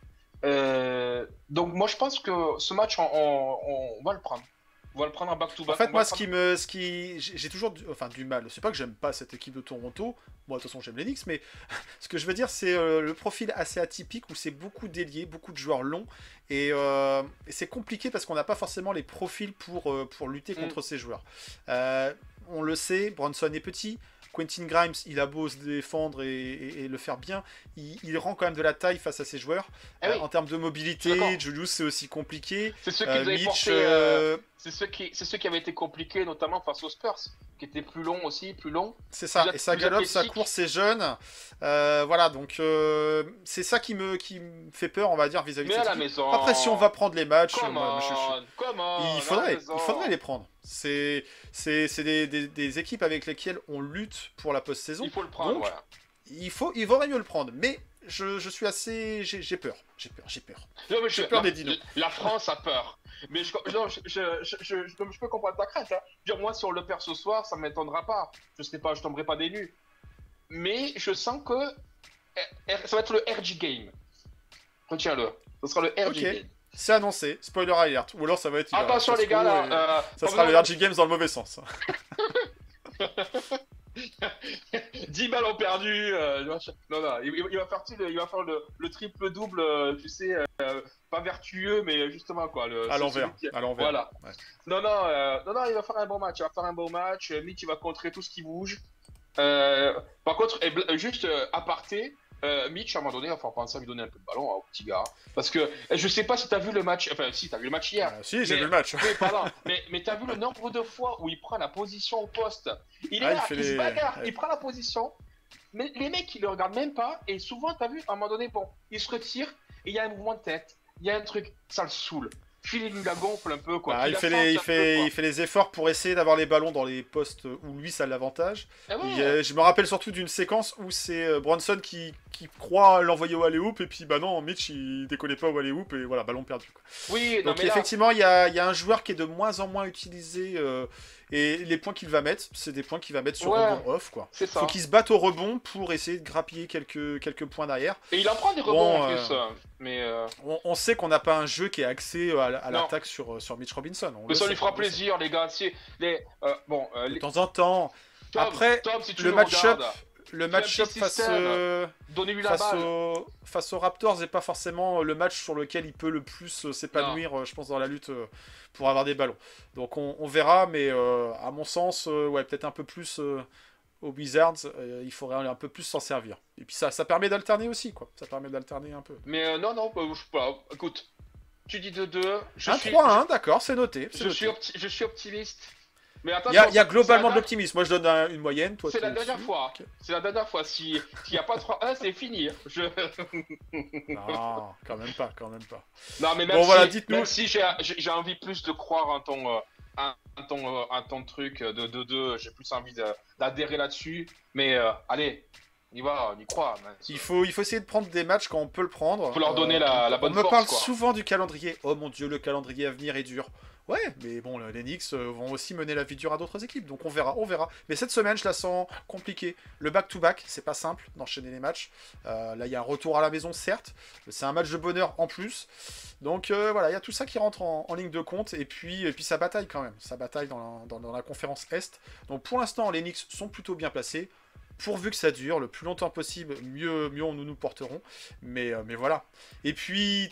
Euh, donc moi, je pense que ce match, on, on- on va le prendre. On va le prendre en
En
back-to-back.
fait,
On va
moi,
le
ce
prendre-
qui me, ce qui, j'ai j'ai toujours, du- enfin, du mal. C'est pas que j'aime pas cette équipe de Toronto. Moi, de toute façon, j'aime les Knicks, mais ce que je veux dire, c'est euh, le profil assez atypique où c'est beaucoup d'ailiers, beaucoup de joueurs longs, et, euh, et c'est compliqué parce qu'on n'a pas forcément les profils pour euh, pour lutter
Mm.
contre ces joueurs. Euh, on le sait, Bronson est petit. Quentin Grimes, il a beau se défendre et, et- et le faire bien, il, il rend quand même de la taille face à ses joueurs.
Eh
Euh,
oui,
en termes de
Je suis
mobilité,
d'accord.
Julius, c'est aussi compliqué.
c'est ceux qui
Euh,
nous avaient
Mitch,
porté. euh,
euh,
C'est ceux qui, c'est ceux qui avaient été compliqués, notamment face aux Spurs, qui étaient plus longs aussi, plus longs.
c'est ça,
plus
et ça
plus
galope, ça
athlétiques.
court, c'est jeune. Euh, voilà, donc euh, c'est ça qui me, qui me fait peur, on va dire, vis-à-vis
Mais
de
à
cette
la
équipe.
maison.
Après, si on va prendre les matchs,
Come
moi, moi, je- je-
on, come on, à
il,
la
faudrait,
maison.
il faudrait les prendre. C'est c'est- c'est des, des- des équipes avec lesquelles on lutte pour la post-saison.
Il faut le prendre,
Donc,
voilà.
Il, faut, il vaudrait mieux le prendre, mais je, je suis assez... J'ai j'ai peur, j'ai peur, j'ai peur.
Non, mais
J'ai
je-
peur
la,
des dinos.
La France a peur. Mais je, non, je, je, je, je- je peux- je peux comprendre ta crainte. Hein. Je veux dire, moi, si on le perd ce soir, ça ne m'étonnera pas. Je ne pas, je tomberai pas des nues. Mais je sens que R- R- ça va être le R G Game. Retiens-le. Ce sera le R G
Ok.
Game.
C'est annoncé, spoiler alert. Ou alors ça va être... il va-
Attention,
ça se
les gars,
trouve,
là.
et-
euh,
Ça
pas
sera le
besoin
R G Games dans le mauvais sens.
de- dix balles ont perdu. euh, non, non, il, il va faire, tu sais, le, il va faire le, le triple-double, euh, tu sais, euh, pas vertueux, mais justement, quoi. Le,
À
c'est
l'envers,
celui qui-
à l'envers.
Voilà.
Ouais.
Non, non, euh, non, non, il va faire un bon match. Il va faire un bon match. Euh, Mitch, il va contrer tout ce qui bouge. Euh, par contre, et bl- juste euh, aparté, euh, Mitch, à un moment donné, il va falloir penser à lui donner un peu de ballon hein, au petit gars. Parce que euh, je sais pas si tu as vu le match. Enfin, si, tu as vu le match hier.
Ah, si, j'ai
Mais-
vu le match.
Oui, pardon. Mais, mais tu as vu le nombre de fois où il prend la position au poste. Il est
Ah, il
là,
fait
il, se
les-
bagarre,
ouais.
il prend la position. Mais les mecs, ils le regardent même pas. Et souvent, tu as vu, à un moment donné, bon, il se retire et il y a un mouvement de tête. Il y a un truc, ça le saoule. Phil, il la gonfle un peu, quoi.
Ah,
Qu'il
il,
la
fait
sente
les,
un
il,
peu,
fait,
quoi.
il fait les efforts pour essayer d'avoir les ballons dans les postes où lui ça a l'avantage.
Ah ouais.
Il, euh, je me rappelle surtout d'une séquence où c'est euh, Bronson qui, qui croit l'envoyer au alley-oop et puis bah non, Mitch il décollait pas au alley-oop et voilà, ballon perdu. Quoi.
Oui, non,
Donc
mais là,
effectivement, il y a, il y a un joueur qui est de moins en moins utilisé euh, et les points qu'il va mettre, c'est des points qu'il va mettre sur
Ouais.
rebond off. Quoi.
c'est ça.
Faut qu'il se batte au rebond pour essayer de grappiller quelques, quelques points derrière.
Et il en prend des rebonds
Bon,
en
euh,
plus. euh, Mais, euh,
On, on sait qu'on n'a pas un jeu qui est axé à, à
Non.
l'attaque sur, sur Mitch Robinson. On
mais
le
ça
sait,
lui fera
on le sait.
plaisir, les gars. Si, les, euh, bon, euh,
De
les-
temps en temps.
Tom,
Après,
Tom, si tu
le
le
match-up,
regardes,
le
fais un
match-up
petit
face,
système.
euh,
donnez-lui la
face,
balle.
au- face aux Raptors n'est pas forcément le match sur lequel il peut le plus euh, s'épanouir, euh, je pense, dans la lutte euh, pour avoir des ballons. Donc on, on verra, mais euh, à mon sens, euh, ouais, peut-être un peu plus euh, aux Wizards, euh, il faudrait un peu plus s'en servir. Et puis ça, ça permet d'alterner aussi, quoi. Ça permet d'alterner un peu.
Mais euh, non, non, bah, je sais pas. Écoute, tu dis deux deux. Je
un
suis,
trois un, d'accord, c'est noté. c'est
je,
noté.
suis opti- je suis optimiste. Mais
Il
attention,
y a, il y a
c'est-
globalement
c'est
de
la-
l'optimisme. Moi, je donne un- une moyenne. Toi,
C'est
t'es
la dernière
au-dessus.
fois.
Ok.
C'est la dernière fois. Si- S'il n'y a pas trois un, c'est fini. Je...
Non, quand même pas, quand même pas.
Non, mais même
Bon,
si,
voilà, dites-nous.
même si j'ai j'ai- j'ai envie plus de croire en ton, euh, en en ton, euh, en ton truc de deux deux, j'ai plus envie de- d'adhérer là-dessus. Mais euh, allez, on y va, on y croit. man.
Il faut, il faut essayer de prendre des matchs quand on peut le prendre.
Faut leur donner la- la bonne
On me
force,
parle
quoi.
souvent du calendrier. Oh mon dieu, le calendrier à venir est dur. Ouais, mais bon, les Knicks euh, vont aussi mener la vie dure à d'autres équipes, donc on verra, on verra. Mais cette semaine, je la sens compliquée. Le back-to-back, c'est pas simple d'enchaîner les matchs. Euh, là, il y a un retour à la maison, certes. C'est un match de bonheur en plus. Donc euh, voilà, il y a tout ça qui rentre en, en ligne de compte. Et puis, et puis ça bataille quand même. Ça bataille dans la, dans, dans la conférence Est. Donc pour l'instant, les Knicks sont plutôt bien placés. Pourvu que ça dure, le plus longtemps possible, mieux, mieux nous nous porterons. Mais, euh, mais voilà. Et puis,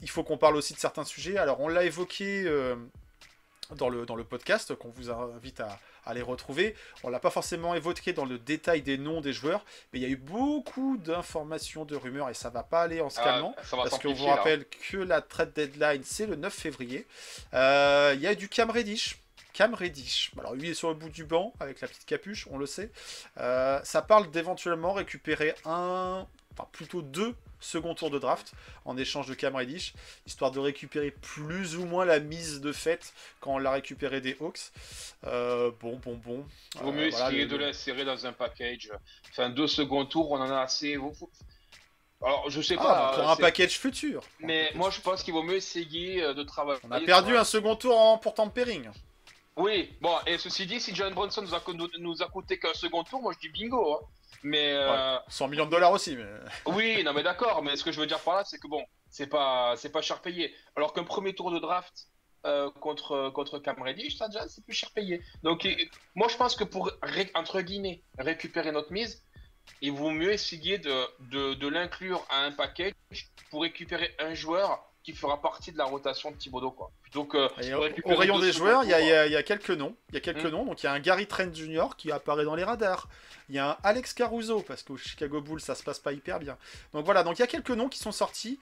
il faut qu'on parle aussi de certains sujets. Alors, on l'a évoqué euh, dans, le, dans le podcast, qu'on vous invite à, à les retrouver. On l'a pas forcément évoqué dans le détail des noms des joueurs, mais il y a eu beaucoup d'informations, de rumeurs, et ça va pas aller en se
Ah,
calmant,
ça va
parce qu'on vous
s'amplifier, là.
rappelle que la trade deadline, c'est le neuf février. Euh, Il y a du Cam Reddish. Cam Reddish. Alors lui il est sur le bout du banc avec la petite capuche, on le sait. Euh, ça parle d'éventuellement récupérer un, enfin plutôt deux second tours de draft en échange de Cam Reddish, histoire de récupérer plus ou moins la mise de fait quand on l'a récupéré des Hawks. Euh, bon, bon, bon.
Il vaut
Euh,
mieux
voilà,
essayer
le-
de l'insérer dans un package. Enfin, deux secondes tours, on en a assez. Vous- vous- Alors, je sais
Ah,
pas.
bah, pour
euh,
un
c'est-
package futur. Pour un
Mais
package
moi, je
futur.
pense qu'il vaut mieux essayer euh, de travailler.
On a perdu
sur-
un second tour en pour tampering.
Oui, bon, et ceci dit, si Jalen Brunson nous a, co- nous a coûté qu'un second tour, moi je dis bingo. Hein. Mais euh,
cent millions de dollars aussi. Mais...
oui, non mais d'accord, mais ce que je veux dire par là, c'est que bon, c'est pas, c'est pas cher payé. Alors qu'un premier tour de draft euh, contre, contre Cam Reddish, ça déjà, c'est plus cher payé. Donc et- moi je pense que pour, ré- entre guillemets, récupérer notre mise, il vaut mieux essayer de, de, de l'inclure à un package pour récupérer un joueur qui fera partie de la rotation de Thibodeau, quoi. Plutôt que
Et
de
au,
récupérer
au rayon
deux
des
seconds
joueurs, il y, a-
tours.
il y a- il y a quelques noms. Il y a quelques
Mm.
noms. Donc il y a un Gary Trent junior qui apparaît dans les radars. Il y a un Alex Caruso, parce qu'au Chicago Bulls, ça se passe pas hyper bien. Donc voilà, donc il y a quelques noms qui sont sortis.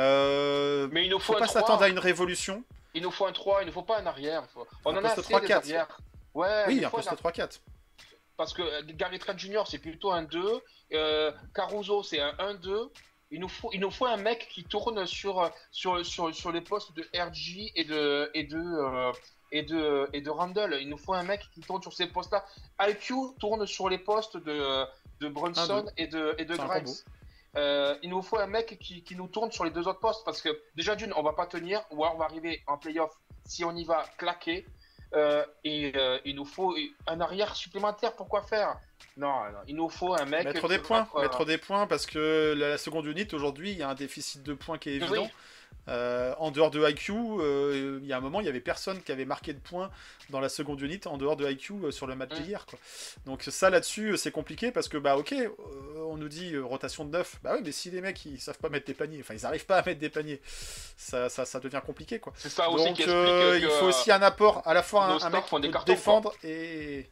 Euh...
Mais il nous
faut
faut
pas
un trois.
s'attendre à une révolution.
Il nous faut un trois, il nous faut pas un arrière. Il faut- On
Un
en a
poste
assez
trois
des
quatre.
arrières. Ouais,
Oui,
il
un
faut
poste
un-
trois quatre.
parce que euh, Gary Trent junior c'est plutôt un deux, euh, Caruso c'est un un deux. Il nous faut il nous faut un mec qui tourne sur sur sur, sur les postes de R J et de et de euh, et de et de Randall. Il nous faut un mec qui tourne sur ces postes-là. I Q tourne sur les postes de de Brunson et de et de
C'est un
Grimes.
combo.
Euh, il nous faut un mec qui, qui nous tourne sur les deux autres postes parce que déjà d'une on va pas tenir ou alors on va arriver en playoff si on y va claquer. Euh, et euh, il nous faut un arrière supplémentaire. Pourquoi faire? Non, non, il nous faut un mec.
Mettre
qui
des
va
points,
être, euh,
mettre des points, parce que la, la seconde unit aujourd'hui, il y a un déficit de points qui est évident.
Oui.
Euh, en dehors de I Q, euh, il y a un moment, il y avait personne qui avait marqué de points dans la seconde unit en dehors de I Q euh, sur le match
Mm.
d'hier, quoi. Donc ça là-dessus, euh, c'est compliqué parce que bah ok, euh, on nous dit euh, rotation de neuf, bah oui, mais si les mecs ils savent pas mettre des paniers, enfin ils arrivent pas à mettre des paniers, ça, ça, ça devient compliqué, quoi.
C'est ça aussi
Donc
qui explique
euh,
que
il faut aussi un apport, à la fois
nos
un, un
stars
mec
font
qui
des
peut
cartons,
défendre et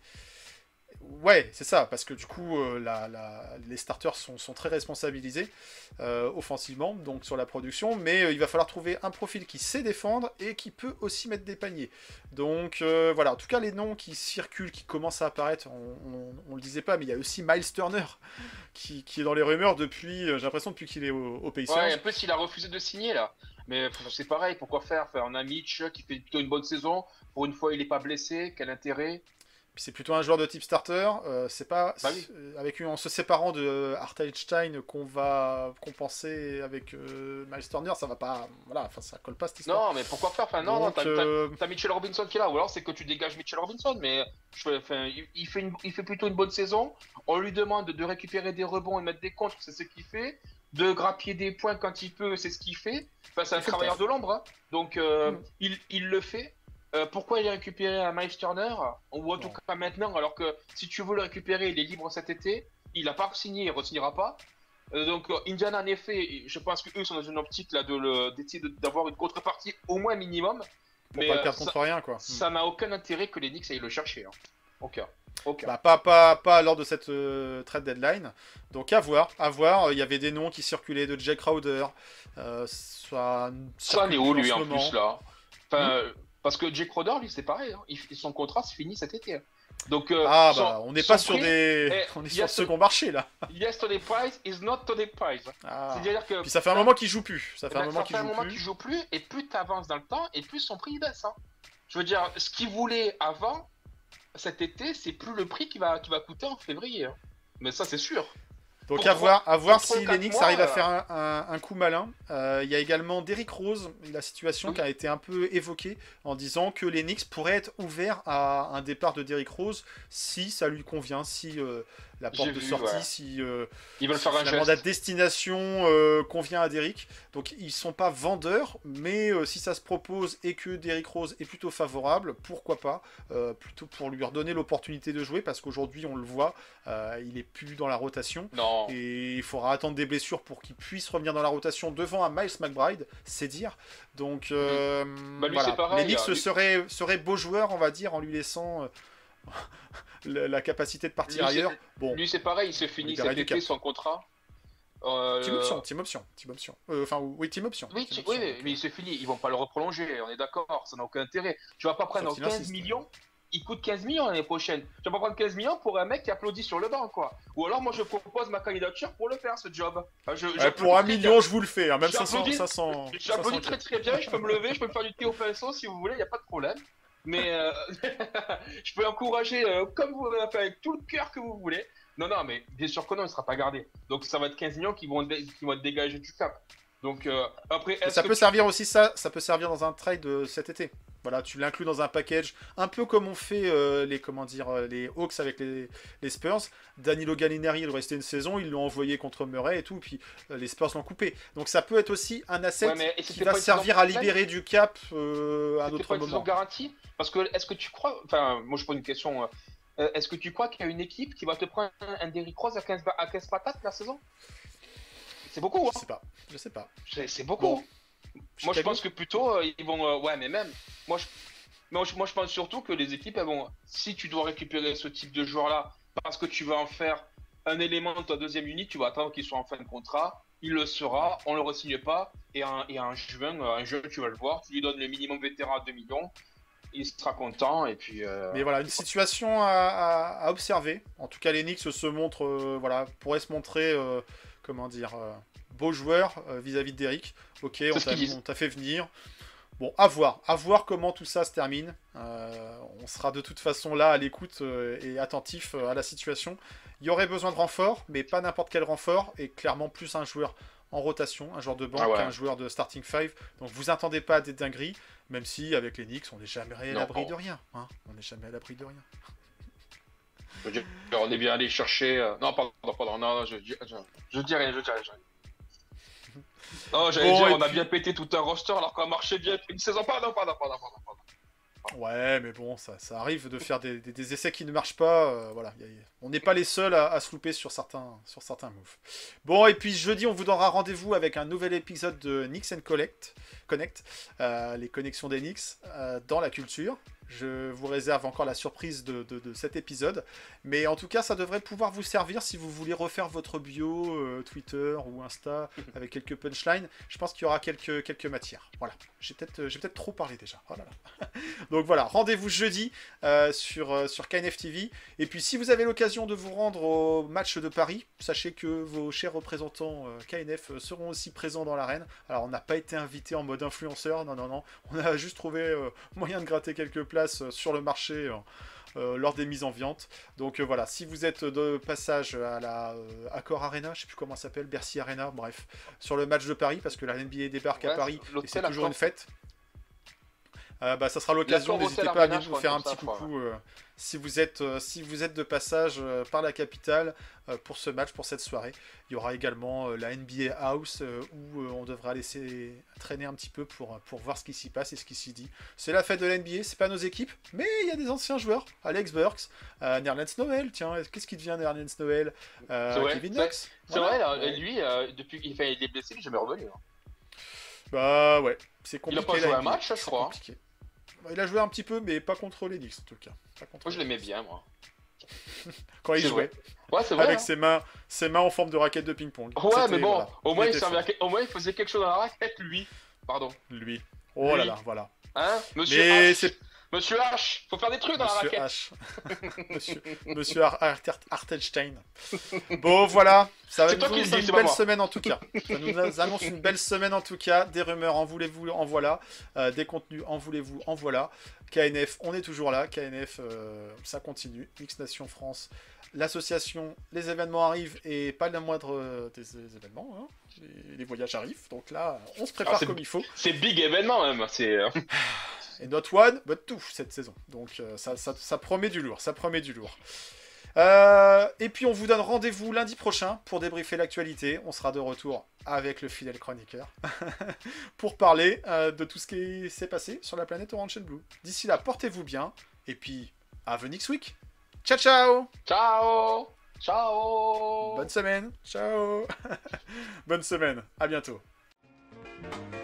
ouais, c'est ça, parce que du coup, euh, la, la- les starters sont, sont très responsabilisés euh, offensivement, donc sur la production, mais euh, il va falloir trouver un profil qui sait défendre et qui peut aussi mettre des paniers. Donc euh, voilà, en tout cas, les noms qui circulent, qui commencent à apparaître, on, on, on le disait pas, mais il y a aussi Miles Turner qui, qui est dans les rumeurs depuis, euh, j'ai l'impression, depuis qu'il est au, au Pacers.
ouais, un peu s'il a refusé de signer là. Mais pff, c'est pareil, pourquoi faire? Enfin, on a Mitch qui fait plutôt une bonne saison. Pour une fois, il est pas blessé. Quel intérêt?
Puis c'est plutôt un joueur de type starter. Euh, c'est pas
Bah oui.
euh, avec en se séparant de Hartenstein qu'on va compenser avec euh, Miles Turner, ça va pas. Voilà, enfin ça colle pas cette histoire.
Non, mais pourquoi faire? Enfin, non, non,
Donc,
t'as, t'as-
euh,
t'as Mitchell Robinson qui est là, ou alors c'est que tu dégages Mitchell Robinson, mais je fais- enfin, il, il fait une- il fait plutôt une bonne saison. On lui demande de récupérer des rebonds et mettre des contres, c'est ce qu'il fait. De grappiller des points quand il peut, c'est ce qu'il fait. Enfin, c'est un
Il fait le
travailleur
taf.
de l'ombre, hein. Donc euh,
Mm.
il, il le fait. Euh, pourquoi il a récupéré un Miles Turner? Ou en tout
Non.
cas maintenant, alors que si tu veux le récupérer, il est libre cet été. Il n'a pas signé, il ne re-signera pas. Euh, donc euh, Indiana, en effet, je pense qu'eux sont dans une optique là, de le- d'essayer de- d'avoir une contrepartie au moins minimum.
pour
Mais
pas le
euh,
perdre
ça-
contre rien, quoi.
ça n'a aucun intérêt que les Knicks aillent le chercher. Hein. Aucun. Aucun.
Bah, pas, pas, pas lors de cette euh, trade deadline. Donc à voir, à voir. Il y avait des noms qui circulaient de Jake Crowder. Euh, ça
Ça, il est où
circule
lui
ce
en
moment.
plus là? Enfin, euh, parce que Jake Crowder, lui, c'est pareil. Hein. Il- son contrat se finit cet été. Donc, euh,
Ah
son-
bah on n'est
son
pas sur
prix,
des,
eh,
on est
il y
sur
a
le
ce-
second marché là.
Yesterday price is not today price.
Ah.
C'est-à-dire que
Puis ça fait un moment qu'il joue plus. Ça fait un
ben,
moment
ça
qu'il
fait un
joue
moment
plus.
qu'il joue plus, et plus tu avances dans le temps, et plus son prix il baisse. Hein. Je veux dire, ce qu'il voulait avant, cet été, c'est plus le prix qui va, qui va coûter en février. Hein. Mais ça, c'est sûr.
Donc
Pour
à
trois-
voir, à voir
pour trois
si
ou
les
quatre
Knicks
mois,
arrivent à
euh,
faire un, un- un coup malin. Euh, Il y a également Derrick Rose, la situation
Oui.
qui a été un peu évoquée en disant que les Knicks pourraient être ouverts à un départ de Derrick Rose si ça lui convient, si euh, la porte
J'ai
de
vu,
sortie
ouais.
si, euh,
Ils veulent
si
faire un
finalement
geste.
la destination euh, convient à Derrick. Donc ils sont pas vendeurs, mais euh, si ça se propose et que Derrick Rose est plutôt favorable, pourquoi pas, euh, plutôt pour lui redonner l'opportunité de jouer, parce qu'aujourd'hui on le voit, euh, il est plus dans la rotation.
Non.
Et il faudra attendre des blessures pour qu'il puisse revenir dans la rotation devant un Miles McBride, c'est dire. Donc euh,
Bah, lui,
voilà,
c'est pareil,
les Knicks
hein. Lui-
seraient, seraient beaux joueurs, on va dire, en lui laissant euh, la, la capacité de partir
Lui, c'est-
ailleurs. Bon,
Lui, c'est pareil, il se finit
libérer
cet
du
été
cap.
son contrat. Euh,
team option, team option, team option. Euh, Enfin, oui, team option.
Oui,
team
tu- oui,
option,
mais,
donc,
mais il se finit, ils vont pas le reprolonger, on est d'accord, ça n'a aucun intérêt. Tu vas pas prendre
Sauf qu'il
quinze
insiste.
millions, il coûte quinze millions l'année prochaine. Tu vas pas prendre quinze millions pour un mec qui applaudit sur le banc, quoi. Ou alors moi je propose ma candidature pour le faire, ce job. Enfin, je-
Ouais,
j'applaudis
pour un
très
million,
bien.
je vous le fais, hein, même cinq cents,
J'applaudis-
cinq cents,
J'applaudis
cinq cents
très très bien, je peux me lever, je peux me faire du thé au pinceau si vous voulez, il a pas de problème. Mais euh, je peux encourager euh, comme vous l'avez fait avec tout le cœur que vous voulez. Non, non, mais bien sûr que non, il ne sera pas gardé. Donc ça va être quinze millions qui vont, dé- qui vont être dégagés du cap. Donc euh, après,
Et
est-ce
ça
que
peut
tu-
servir aussi ça, ça peut servir dans un trade euh, cet été. Voilà, tu l'inclus dans un package, un peu comme on fait euh, les comment dire euh, les Hawks avec les, les Spurs. Danilo Gallinari, il restait une saison, ils l'ont envoyé contre Murray et tout, puis euh, les Spurs l'ont coupé. Donc ça peut être aussi un asset
Ouais, mais et
qui
c'était
va
pas une
servir
saison
à libérer du cap euh, à un
C'était
autre
pas une saison
moment.
garantie? Parce que est-ce que tu crois, enfin, moi je pose une question. euh, est-ce que tu crois qu'il y a une équipe qui va te prendre un, un Derrick Rose à quinze, ba- à quinze patates la saison? C'est beaucoup, hein?
Je sais pas, je sais pas.
C'est c'est beaucoup.
Bon.
Moi je
Chicago.
pense que plutôt euh, ils vont, euh, ouais, mais même, moi je, moi, je, moi, je pense surtout que les équipes, elles vont, si tu dois récupérer ce type de joueur-là, parce que tu vas en faire un élément de ta deuxième unité, tu vas attendre qu'il soit en fin de contrat. Il le sera, on le re-signe pas, et un, et un juin, euh, un jeune, tu vas le voir, tu lui donnes le minimum vétéran à deux millions, il sera content, et puis. euh,
Mais voilà, une situation à, à- à observer. En tout cas, les Knicks se montrent, euh, voilà, pourraient se montrer, euh, comment dire, euh, beaux joueurs euh, vis-à-vis de Derrick. Ok, on
ce
t'a
qu'ils disent.
on t'a fait venir. Bon, à voir, à voir comment tout ça se termine. Euh, on sera de toute façon là à l'écoute euh, et attentif euh, à la situation. Il y aurait besoin de renfort, mais pas n'importe quel renfort, et clairement plus un joueur en rotation, un joueur de banc
Ah ouais.
qu'un joueur de starting five. Donc vous attendez pas à des dingueries, même si avec les Knicks, on n'est jamais à
Non.
l'abri de rien. Hein, on n'est jamais à l'abri de rien.
Je veux dire, on est bien allé chercher. euh, Non, pardon, pardon, non, non, je, je, je, je dis rien, je dis rien. je dis rien. Non, j'allais
Bon,
dire,
et
on a
puis-
bien pété tout un roster alors qu'on a marché bien une saison. Pardon, pardon, pardon, pardon, pardon.
Ouais, mais bon, ça, ça arrive de faire des, des- des essais qui ne marchent pas. euh, voilà, y a- y a- on n'est pas les seuls à, à se louper sur certains, sur certains moves. Bon, et puis jeudi, on vous donnera rendez-vous avec un nouvel épisode de Knicks and Collect, Connect, euh, les connexions des Knicks euh, dans la culture. Je vous réserve encore la surprise de, de- de cet épisode. Mais en tout cas, ça devrait pouvoir vous servir si vous voulez refaire votre bio, euh, Twitter ou Insta, avec quelques punchlines. Je pense qu'il y aura quelques, quelques matières. Voilà. J'ai peut-être j'ai peut-être trop parlé déjà. Oh là là. Donc voilà, rendez-vous jeudi euh, sur, euh, sur K N F T V. Et puis si vous avez l'occasion de vous rendre au match de Paris, sachez que vos chers représentants euh, K N F seront aussi présents dans l'arène. Alors on n'a pas été invité en mode influenceur, non, non, non. On a juste trouvé euh, moyen de gratter quelques places euh, sur le marché euh, euh, lors des mises en vente. Donc euh, voilà, si vous êtes de passage à la euh, Accor Arena, je sais plus comment ça s'appelle, Bercy Arena, bref, sur le match de Paris, parce que la N B A débarque à
Ouais,
Paris
l'hôtel
et c'est toujours
Accor.
une fête. Euh, bah, ça sera l'occasion,
L'Accor
n'hésitez
Hotel
pas à
Arena,
venir
je
nous
crois,
faire un
comme ça,
petit
je crois,
coucou euh, si, vous êtes, euh, si vous êtes de passage euh, par la capitale euh, pour ce match, pour cette soirée. Il y aura également euh, la N B A House euh, où euh, on devra laisser traîner un petit peu pour, pour voir ce qui s'y passe et ce qui s'y dit. C'est la fête de la N B A, c'est pas nos équipes, mais il y a des anciens joueurs. Alex Burks, euh, Nerlens Noel, tiens, qu'est-ce qui devient Nerlens Noel euh,
C'est vrai,
Kevin
c'est-
Knox.
C'est
Voilà.
vrai, là, et lui, euh, depuis qu'il enfin, il est blessé, il est jamais revenu. hein.
Bah ouais, c'est
Il
compliqué.
a pas
la
joué un
N B A,
match, je
c'est
crois.
compliqué. Bah, il a joué un petit peu, mais pas contre les Knicks en tout cas. Pas contre
Moi, je
les
l'aimais
Knicks.
bien, moi.
Quand il
C'est
jouait.
vrai. Ouais, c'est vrai.
Avec
hein.
ses mains, ses mains en forme de raquette de ping-pong.
Ouais,
C'était-
mais bon,
voilà,
au, moins, il
était
servait à
fort.
que- au moins, il faisait quelque chose dans la raquette, lui. Pardon.
Lui. Oh là
Lui.
là, voilà.
Hein Monsieur
Mais
H.
c'est
Monsieur H. Faut faire des trucs dans la
Monsieur
raquette.
H. Monsieur, Monsieur Ar- Ar- Hartenstein. Bon, voilà. Ça va
C'est
nous
toi qui le
annoncer
dis,
une
c'est pas
belle
moi.
semaine en tout cas. Ça nous annonce une belle semaine en tout cas. Des rumeurs, en voulez-vous, en voilà. Euh, des contenus, en voulez-vous, en voilà. K N F, on est toujours là. K N F, euh, ça continue. X Nation France, l'association, les événements arrivent et pas la moindre euh, des, des événements. Hein. Les, les voyages arrivent. Donc là, on se prépare
Ah, c'est-
comme il faut.
C'est big événement, même. C'est. euh,
Et not one, but two cette saison. Donc euh, ça, ça, ça promet du lourd, ça promet du lourd. Euh, et puis on vous donne rendez-vous lundi prochain pour débriefer l'actualité. On sera de retour avec le fidèle chroniqueur pour parler euh, de tout ce qui s'est passé sur la planète Orange and Blue. D'ici là, portez-vous bien et puis à the next week. Ciao ciao.
Ciao. Ciao.
Bonne semaine. Ciao. Bonne semaine. À bientôt.